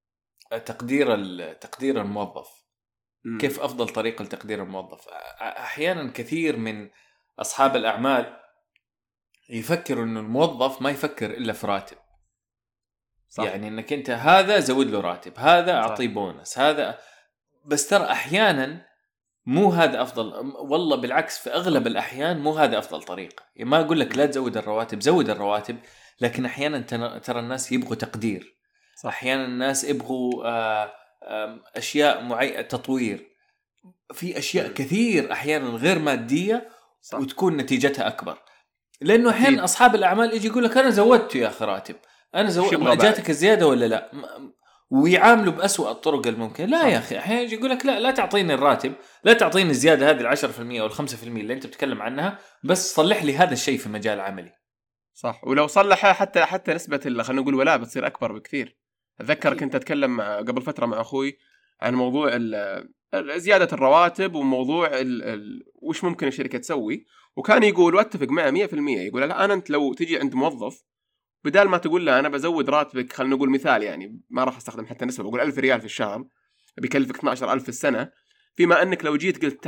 تقدير الموظف. كيف أفضل طريقة لتقدير الموظف؟ أحيانا كثير من أصحاب الأعمال يفكروا إنه الموظف ما يفكر إلا في راتب. صح. يعني إنك أنت هذا زود له راتب، هذا أعطيه بونس، هذا، بس ترى أحيانا مو هذا أفضل، والله بالعكس في أغلب الأحيان مو هذا أفضل طريقة. ما أقول لك لا تزود الرواتب، زود الرواتب، لكن أحيانا ترى الناس يبغوا تقدير. صح. أحيانا الناس يبغوا أشياء معينة، تطوير في أشياء كثير أحيانا غير مادية. صح. وتكون نتيجتها أكبر، لأنه أحيانا أصحاب الأعمال يجي يقول لك أنا زودت يا أخي راتب، أنا زودت، جاتك الزيادة ولا لا، ويعاملوا بأسوأ الطرق الممكن. لا. صح. يا أخي أحيانا يقول لك لا تعطيني الراتب، لا تعطيني الزيادة هذه 10% أو 5% اللي أنت بتتكلم عنها، بس صلح لي هذا الشيء في مجال عملي. صح. ولو صلحها حتى نسبة خلينا نقول ولا بتصير أكبر بكثير. أتذكر كنت أتكلم قبل فترة مع أخوي عن موضوع زيادة الرواتب، وموضوع وش ممكن الشركة تسوي، وكان يقول واتفق معه 100%، يقول لا أنت لو تجي عند موظف بدال ما تقول له أنا بزود راتبك، خلينا نقول مثال يعني ما راح أستخدم حتى نسبة، بقول 1000 ريال في الشهر بيكلفك 12,000 في السنة، فيما أنك لو جيت قلت تعال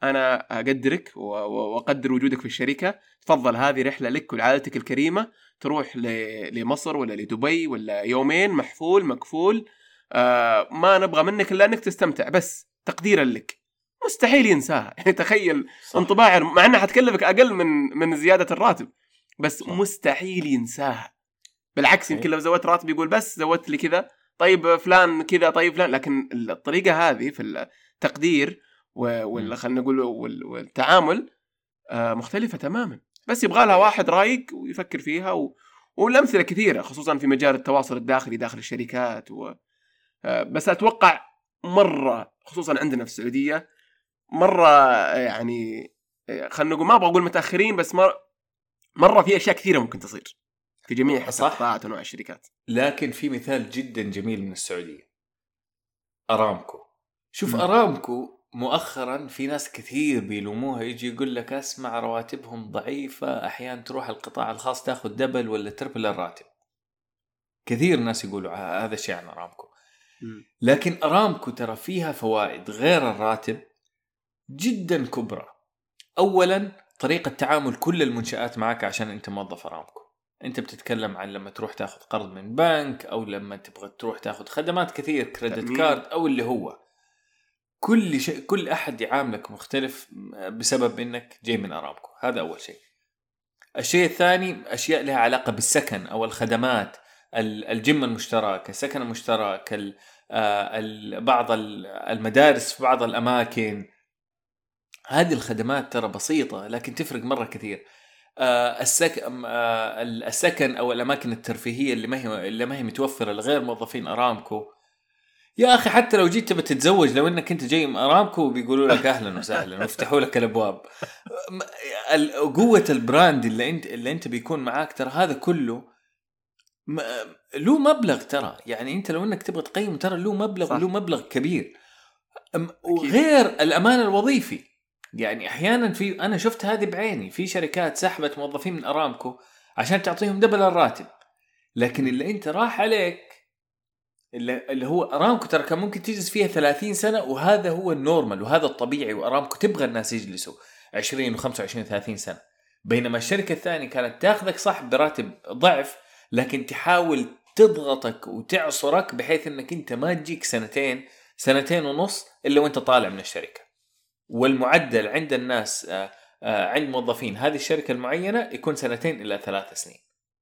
انا اقدرك واقدر وجودك في الشركه، تفضل هذه رحله لك ولعائلتك الكريمه، تروح لمصر ولا لدبي ولا يومين محفول مكفول، ما نبغى منك الا انك تستمتع بس تقديرا لك. مستحيل ينساها. يعني تخيل انطباع، مع انها حتكلفك اقل من زياده الراتب، بس صح. مستحيل ينساها. بالعكس يمكن لو زودت راتب يقول بس زودت لي كذا، طيب فلان كذا، طيب فلان. لكن الطريقه هذه في التقدير ولا خلينا نقول والتعامل مختلفه تماما. بس يبغى لها واحد رايق ويفكر فيها والامثله كثيره، خصوصا في مجال التواصل الداخلي داخل الشركات بس اتوقع مره خصوصا عندنا في السعوديه مره يعني خلينا نقول، ما ابغى اقول متاخرين، بس مره في اشياء كثيره ممكن تصير في جميع قطاعات ونوع الشركات. لكن في مثال جدا جميل من السعوديه، ارامكو. شوف ارامكو مؤخرا في ناس كثير بيلوموها، يجي يقول لك اسمع رواتبهم ضعيفه، احيانا تروح القطاع الخاص تاخذ دبل ولا تربل الراتب. كثير ناس يقولوا هذا الشيء عن ارامكو. لكن ارامكو ترى فيها فوائد غير الراتب جدا كبرى. اولا طريقه تعامل كل المنشآت معك عشان انت موظف ارامكو. انت بتتكلم عن لما تروح تاخذ قرض من بنك، او لما تبغى تروح تاخذ خدمات كثير كريدت كارد، او اللي هو كل شيء، كل احد يعاملك مختلف بسبب انك جاي من ارامكو. هذا اول شيء. الشيء الثاني اشياء لها علاقه بالسكن او الخدمات، الجيم المشترك، السكن المشترك، بعض المدارس في بعض الاماكن. هذه الخدمات ترى بسيطه لكن تفرق مره كثير. السكن او الاماكن الترفيهيه اللي ما هي متوفره لغير موظفين ارامكو. يا اخي حتى لو جيت بتتزوج، لو انك انت جاي من ارامكو بيقولوا لك اهلا وسهلا ويفتحوا لك الابواب. قوه البراند اللي انت بيكون معاك، ترى هذا كله له مبلغ. ترى يعني انت لو انك تبغى تقيم، ترى له مبلغ وله مبلغ كبير. وغير الامان الوظيفي، يعني احيانا انا شفت هذه بعيني، في شركات سحبت موظفين من ارامكو عشان تعطيهم دبل الراتب. لكن اللي انت راح عليك اللي هو ارامكو، ترى كان ممكن تجلس فيها 30 سنه، وهذا هو النورمال وهذا الطبيعي، وارامكو تبغى الناس يجلسوا 20 و25 30 سنه. بينما الشركه الثانيه كانت تاخذك صح براتب ضعف، لكن تحاول تضغطك وتعصرك بحيث انك انت ما تجيك سنتين ونص الا وانت طالع من الشركه. والمعدل عند الناس عند موظفين هذه الشركه المعينه يكون 2 إلى 3 سنين.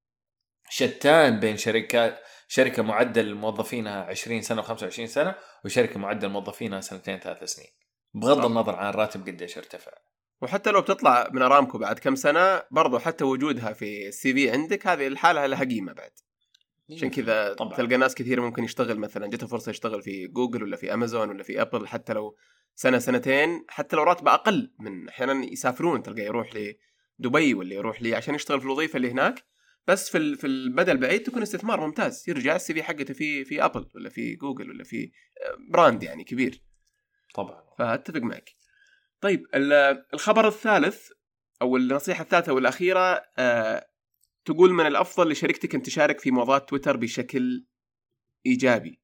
شتان بين شركه معدل موظفينها 20 سنه و25 سنه، وشركه معدل موظفينها 2 3 سنين، بغض النظر عن الراتب قديش ارتفع. وحتى لو بتطلع من ارامكو بعد كم سنه، برضو حتى وجودها في السي في عندك هذه الحاله لها قيمه بعد. عشان كذا تلقى ناس كثير ممكن يشتغل، مثلا جته فرصه يشتغل في جوجل ولا في امازون ولا في ابل، حتى لو سنتين، حتى لو راتبه اقل، من احيانا يسافرون تلقى يروح لدبي ولا يروح عشان يشتغل في الوظيفه اللي هناك. بس في المدى البعيد تكون استثمار ممتاز، يرجع السي في حقته في ابل ولا في جوجل ولا في براند يعني كبير. طبعا فاتفق معك. طيب الخبر الثالث او النصيحه الثالثه والاخيره، تقول من الافضل لشركتك ان تشارك في موضوعات تويتر بشكل ايجابي.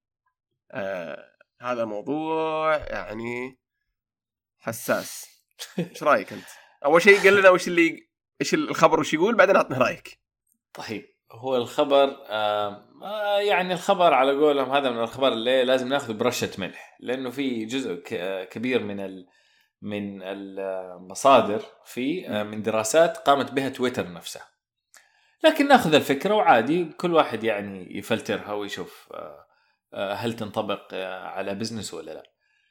هذا موضوع يعني حساس. ايش رايك انت؟ اول شيء قل لنا ايش الخبر وش يقول، بعدين اعطنا رايك. طيب هو الخبر يعني الخبر على قولهم هذا من الخبر اللي لازم ناخذه برشة ملح، لانه في جزء كبير من المصادر من دراسات قامت بها تويتر نفسها. لكن ناخذ الفكرة وعادي كل واحد يعني يفلترها ويشوف هل تنطبق على بزنس ولا لا.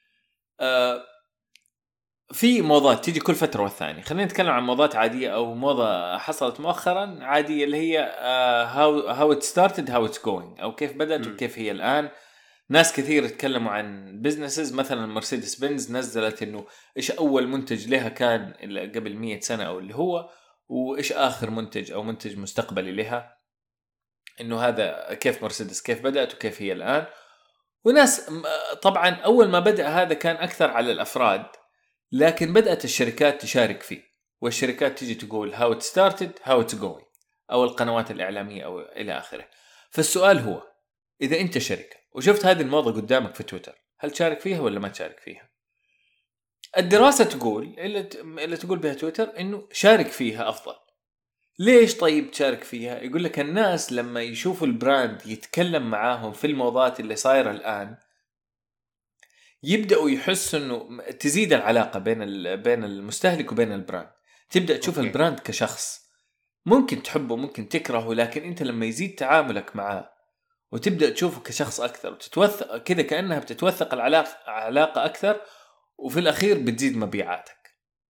في موضات تيجي كل فترة والثانية. خلينا نتكلم عن موضات عادية أو موضة حصلت مؤخرا عادية، اللي هي how it started how it's going، أو كيف بدأت وكيف هي الآن. ناس كثير تكلموا عن بزنسز، مثلا مرسيدس بنز نزلت إنه إيش أول منتج لها كان قبل 100 سنة أو اللي هو، وإيش آخر منتج أو منتج مستقبلي لها، إنه هذا كيف مرسيدس كيف بدأت وكيف هي الآن. وناس طبعا أول ما بدأ هذا كان أكثر على الأفراد، لكن بدأت الشركات تشارك فيه، والشركات تيجي تقول how it started how it's going، أو القنوات الإعلامية أو إلى آخره. فالسؤال هو إذا أنت شركة وشفت هذه الموضة قدامك في تويتر، هل تشارك فيها ولا ما تشارك فيها؟ الدراسة تقول اللي تقول بها تويتر إنه شارك فيها أفضل. ليش طيب تشارك فيها؟ يقول لك الناس لما يشوفوا البراند يتكلم معاهم في الموضات اللي صايرة الآن يبدأوا يحسوا إنه تزيد العلاقة بين المستهلك وبين البراند. تبدأ تشوف البراند كشخص، ممكن تحبه ممكن تكرهه، لكن أنت لما يزيد تعاملك معاه وتبدأ تشوفه كشخص أكثر وتتوثق كذا كأنها بتتوثق العلاقة أكثر، وفي الأخير بتزيد مبيعاتك.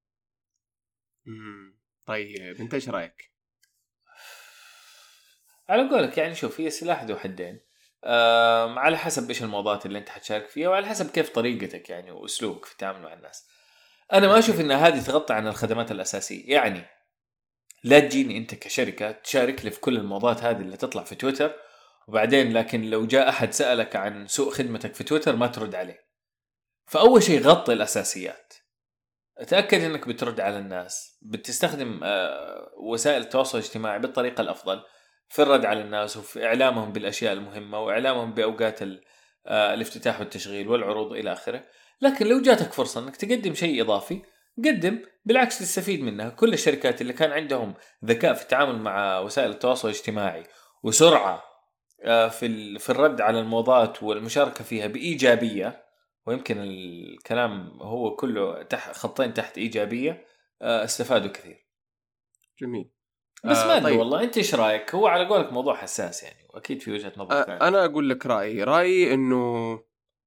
طيب أنت إيش رأيك؟ على قولك يعني شوف، هي سلاح ذو حدين، على حسب إيش الموضوعات اللي أنت حتشارك فيها، وعلى حسب كيف طريقتك يعني وأسلوبك في التعامل مع الناس. أنا ما أشوف إن هذه تغطي عن الخدمات الأساسية. يعني لا تجيني أنت كشركة تشارك لي في كل الموضوعات هذه اللي تطلع في تويتر، وبعدين لكن لو جاء أحد سألك عن سوء خدمتك في تويتر ما ترد عليه. فأول شيء غطي الأساسيات، تأكد أنك بترد على الناس، بتستخدم وسائل التواصل الاجتماعي بالطريقة الأفضل في الرد على الناس وفي إعلامهم بالأشياء المهمة وإعلامهم بأوقات الافتتاح والتشغيل والعروض إلى آخره. لكن لو جاتك فرصة أنك تقدم شيء إضافي قدم، بالعكس تستفيد منها. كل الشركات اللي كان عندهم ذكاء في التعامل مع وسائل التواصل الاجتماعي وسرعة في الرد على الموضوعات والمشاركة فيها بإيجابية، ويمكن الكلام هو كله تحت خطين تحت إيجابية، استفادوا كثير. جميل. بس ما أدري والله أنت إيش رأيك؟ هو على قولك موضوع حساس يعني، وأكيد في وجهة نظر ثانية. أنا أقول لك رأيي إنه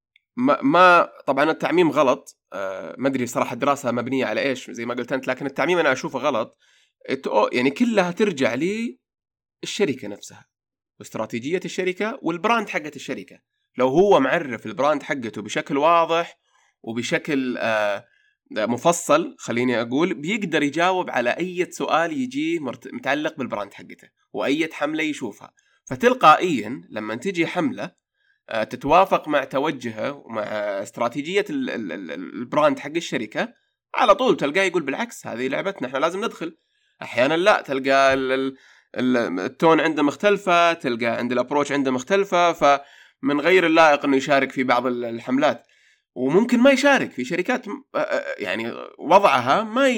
ما طبعا التعميم غلط. ما أدري صراحة الدراسة مبنية على إيش زي ما قلت أنت، لكن التعميم أنا أشوفه غلط. يعني كلها ترجع لي الشركة نفسها واستراتيجية الشركة والبراند حقت الشركة. لو هو معرف البراند حقته بشكل واضح وبشكل مفصل، خليني أقول، بيقدر يجاوب على أي سؤال يجيه متعلق بالبراند حقته وأي حملة يشوفها. فتلقائيا لما تجي حملة تتوافق مع توجهه ومع استراتيجية البراند حق الشركة، على طول تلقاه يقول بالعكس هذه لعبتنا احنا لازم ندخل. أحيانا لا، تلقى التون عنده مختلفة، تلقى عند الابروش عنده مختلفة، فمن غير اللائق انه يشارك في بعض الحملات، وممكن ما يشارك في شركات يعني وضعها ما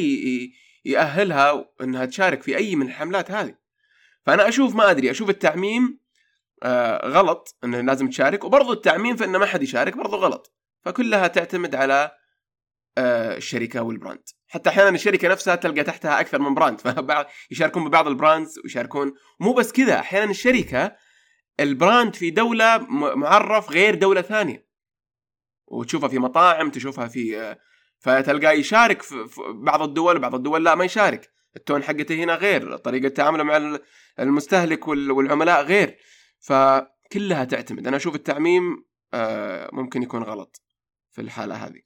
يأهلها انها تشارك في اي من الحملات هذه. فانا اشوف ما ادري، اشوف التعميم غلط انه لازم تشارك، وبرضو التعميم في انه ما حد يشارك برضو غلط. فكلها تعتمد على الشركة والبراند. حتى أحيانا الشركة نفسها تلقى تحتها أكثر من براند، فبعض يشاركون ببعض البراندز ويشاركون. مو بس كذا، أحيانا الشركة البراند في دولة معرف غير دولة ثانية، وتشوفها في مطاعم، تشوفها في فتلقى يشارك في بعض الدول، وبعض الدول لا ما يشارك. التون حقته هنا غير، طريقة تعامله مع المستهلك والعملاء غير. فكلها تعتمد. أنا أشوف التعميم ممكن يكون غلط في الحالة هذه.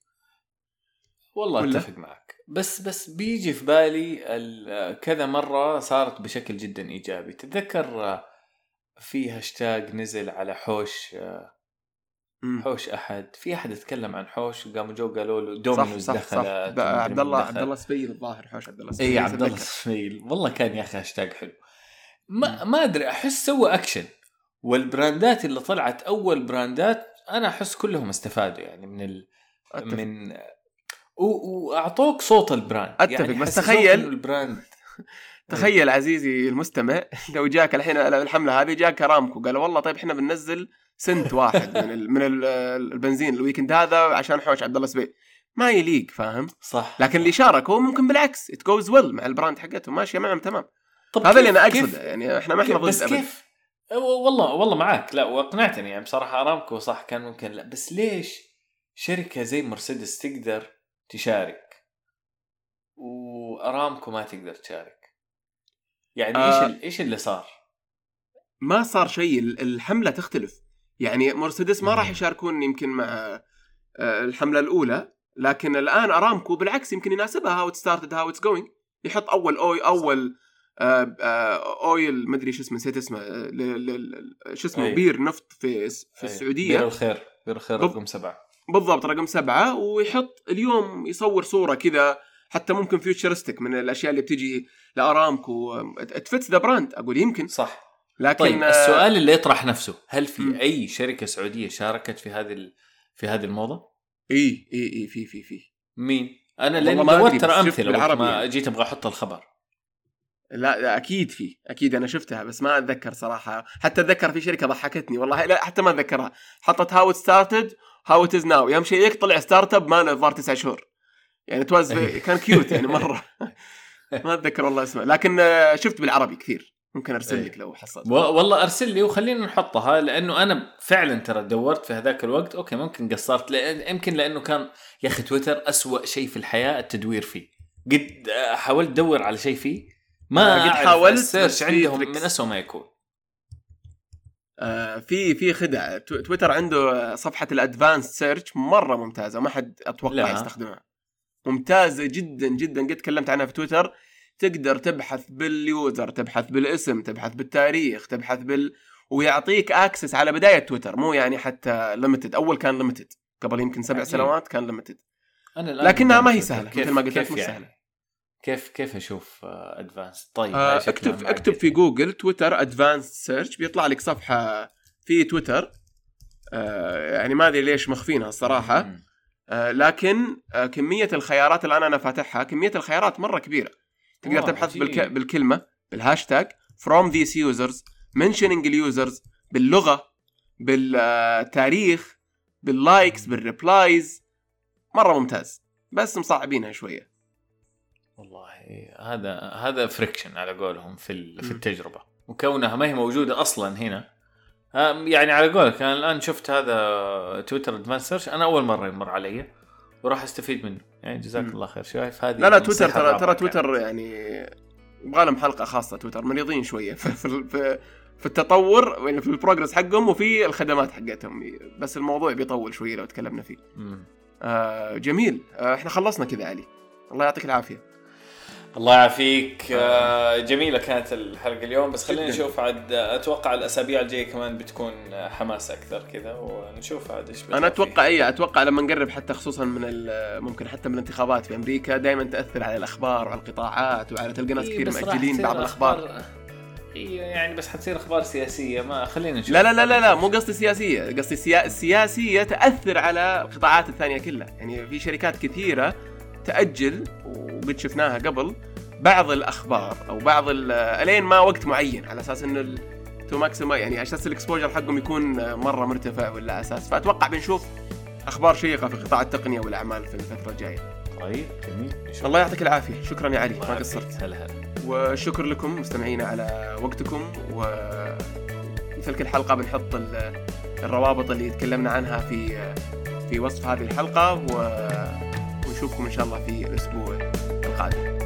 والله اتفق معك، بس بيجي في بالي كذا مرة صارت بشكل جدا إيجابي. تتذكر في هاشتاج نزل على حوش أحد، في أحد يتكلم عن حوش وقاموا جو قالوا له دومينوز دخلت. عبد الله سفيل الظاهر، حوش عبد الله سفيل. اي عبد الله سفيل، والله كان يا أخي هاشتاج حلو. ما أدري، أحس سوى أكشن. والبراندات اللي طلعت أول براندات أنا أحس كلهم استفادوا يعني من واعطوك صوت البراند. اتفق يعني بس تخيل البراند تخيل عزيزي المستمع لو جاك الحين الحمله هذه، جاك ارامكو قال والله طيب احنا بننزل سنت واحد من البنزين الويكند هذا عشان حوش عبد الله سبيل، ما يليق، فاهم؟ صح. لكن اللي شاركوا ممكن بالعكس it goes well مع البراند حقته، ماشيه معهم تمام. هذا اللي انا اقصده يعني، احنا ما احنا ضد بس كيف والله معاك، لا واقنعتني يعني بصراحه. ارامكو صح كان ممكن، لا بس ليش شركه زي مرسيدس تقدر تشارك وارامكو ما تقدر تشارك؟ يعني ايش اللي صار؟ ما صار شيء، الحمله تختلف. يعني مرسيدس ما راح يشاركون يمكن مع الحمله الاولى، لكن الان ارامكو بالعكس يمكن يناسبها هاو ات ستارتد هاو اتس جوينج. يحط اول اويل ما ادري شو اسمه، نسيت اسمه، شو اسمه، بير نفط في السعوديه، بير الخير رقم 7 بالضبط، رقم 7، ويحط اليوم يصور صوره كذا حتى ممكن فيوتشرستيك من الاشياء اللي بتيجي لارامكو تفتس ذا براند. اقول يمكن صح. لكن طيب السؤال اللي يطرح نفسه، هل في اي شركه سعوديه شاركت في هذه الموضه؟ اي في مين؟ انا لاني دورت ترى امثله ما جيت ابغى احط الخبر. لا اكيد اكيد انا شفتها بس ما اتذكر صراحه. حتى اتذكر في شركه ضحكتني والله، لا حتى ما اتذكرها، حطت هاو ات ستارتد هاو ات از ناو، يوم شيء طلع ستارت اب ما نظر 9 شهور يعني كان كيوت يعني مره. ما اتذكر والله اسمه، لكن شفت بالعربي كثير. ممكن ارسل لك لو حصلت. والله ارسل لي وخلينا نحطها، لانه انا فعلا ترى دورت في هذاك الوقت. اوكي ممكن قصرت، يمكن لانه كان يا اخي تويتر أسوأ شيء في الحياه التدوير فيه. قد حاولت ادور على شيء فيه ما قد حاولت، السيرش عندهم من أسوأ ما يكون. في خدع. تويتر عنده صفحه الادفانس سيرش مره ممتازه، ما حد اتوقع يستخدمها. ممتازه جدا جدا، قد تكلمت عنها في تويتر. تقدر تبحث باليوزر، تبحث بالاسم، تبحث بالتاريخ، تبحث ويعطيك اكسس على بدايه تويتر، مو يعني حتى ليميتد. اول كان ليميتد قبل يمكن 7 سنوات كان ليميتد، لكنها ما هي سهله مثل ما قلت لك. مو سهله. كيف اشوف ادفانس؟ طيب اكتب في جوجل تويتر ادفانس سيرش، بيطلع لك صفحه في تويتر. يعني ما ادري ليش مخفينها الصراحه. لكن كميه الخيارات اللي انا فاتحها، كميه الخيارات مره كبيره. تقدر تبحث بالكلمه، بالهاشتاج from these users، mentioning اليوزرز، باللغه، بالتاريخ، باللايكس، بالريبلايز. مره ممتاز، بس مصعبينها شويه والله. هذا فريكشن على قولهم في التجربه، وكونها ما هي موجوده اصلا هنا. يعني على قولك انا الان شفت هذا تويتر ادفانس سيرش، انا اول مره يمر علي وراح استفيد منه يعني. جزاك الله خير. شايف هذه؟ لا تويتر ترى تويتر يعني يبغى لهم حلقه خاصه. تويتر مريضين شويه في التطور يعني، في البروجرس حقهم وفي الخدمات حقتهم، بس الموضوع بيطول شويه لو تكلمنا فيه. جميل. احنا خلصنا كذا علي، الله يعطيك العافيه. الله يعافيك. جميلة كانت الحلقة اليوم، بس خلينا نشوف عاد. أتوقع الأسابيع الجاية كمان بتكون حماس أكثر كذا، ونشوف عاد إيش. أنا أتوقع لما نقرب حتى خصوصا ممكن حتى من الانتخابات في أمريكا، دائما تأثر على الأخبار وعلى القطاعات، وعلى تلقى ناس كثير مأجلين بعض الأخبار. يعني بس حتصير أخبار سياسية، ما خلينا نشوف. لا مو قصدي سياسية، قصدي السياسية تأثر على القطاعات الثانية كلها. يعني في شركات كثيرة تأجل، وقد شفناها قبل، بعض الأخبار أو بعض ألين ما وقت معين، على أساس إنه تو ماكسيما، يعني على أساس الإكسبوجر حقهم يكون مرة مرتفع ولا أساس. فأتوقع بنشوف أخبار شيقة في قطاع التقنية والأعمال في الفترة الجاية. طيب جميل. الله يعطيك العافية. شكرا يا علي، ما قصرت. هلا. وشكر لكم مستمعينا على وقتكم. ومثل كل حلقة بنحط الروابط اللي تكلمنا عنها في وصف هذه الحلقة، ونشوفكم إن شاء الله في الأسبوع القادم.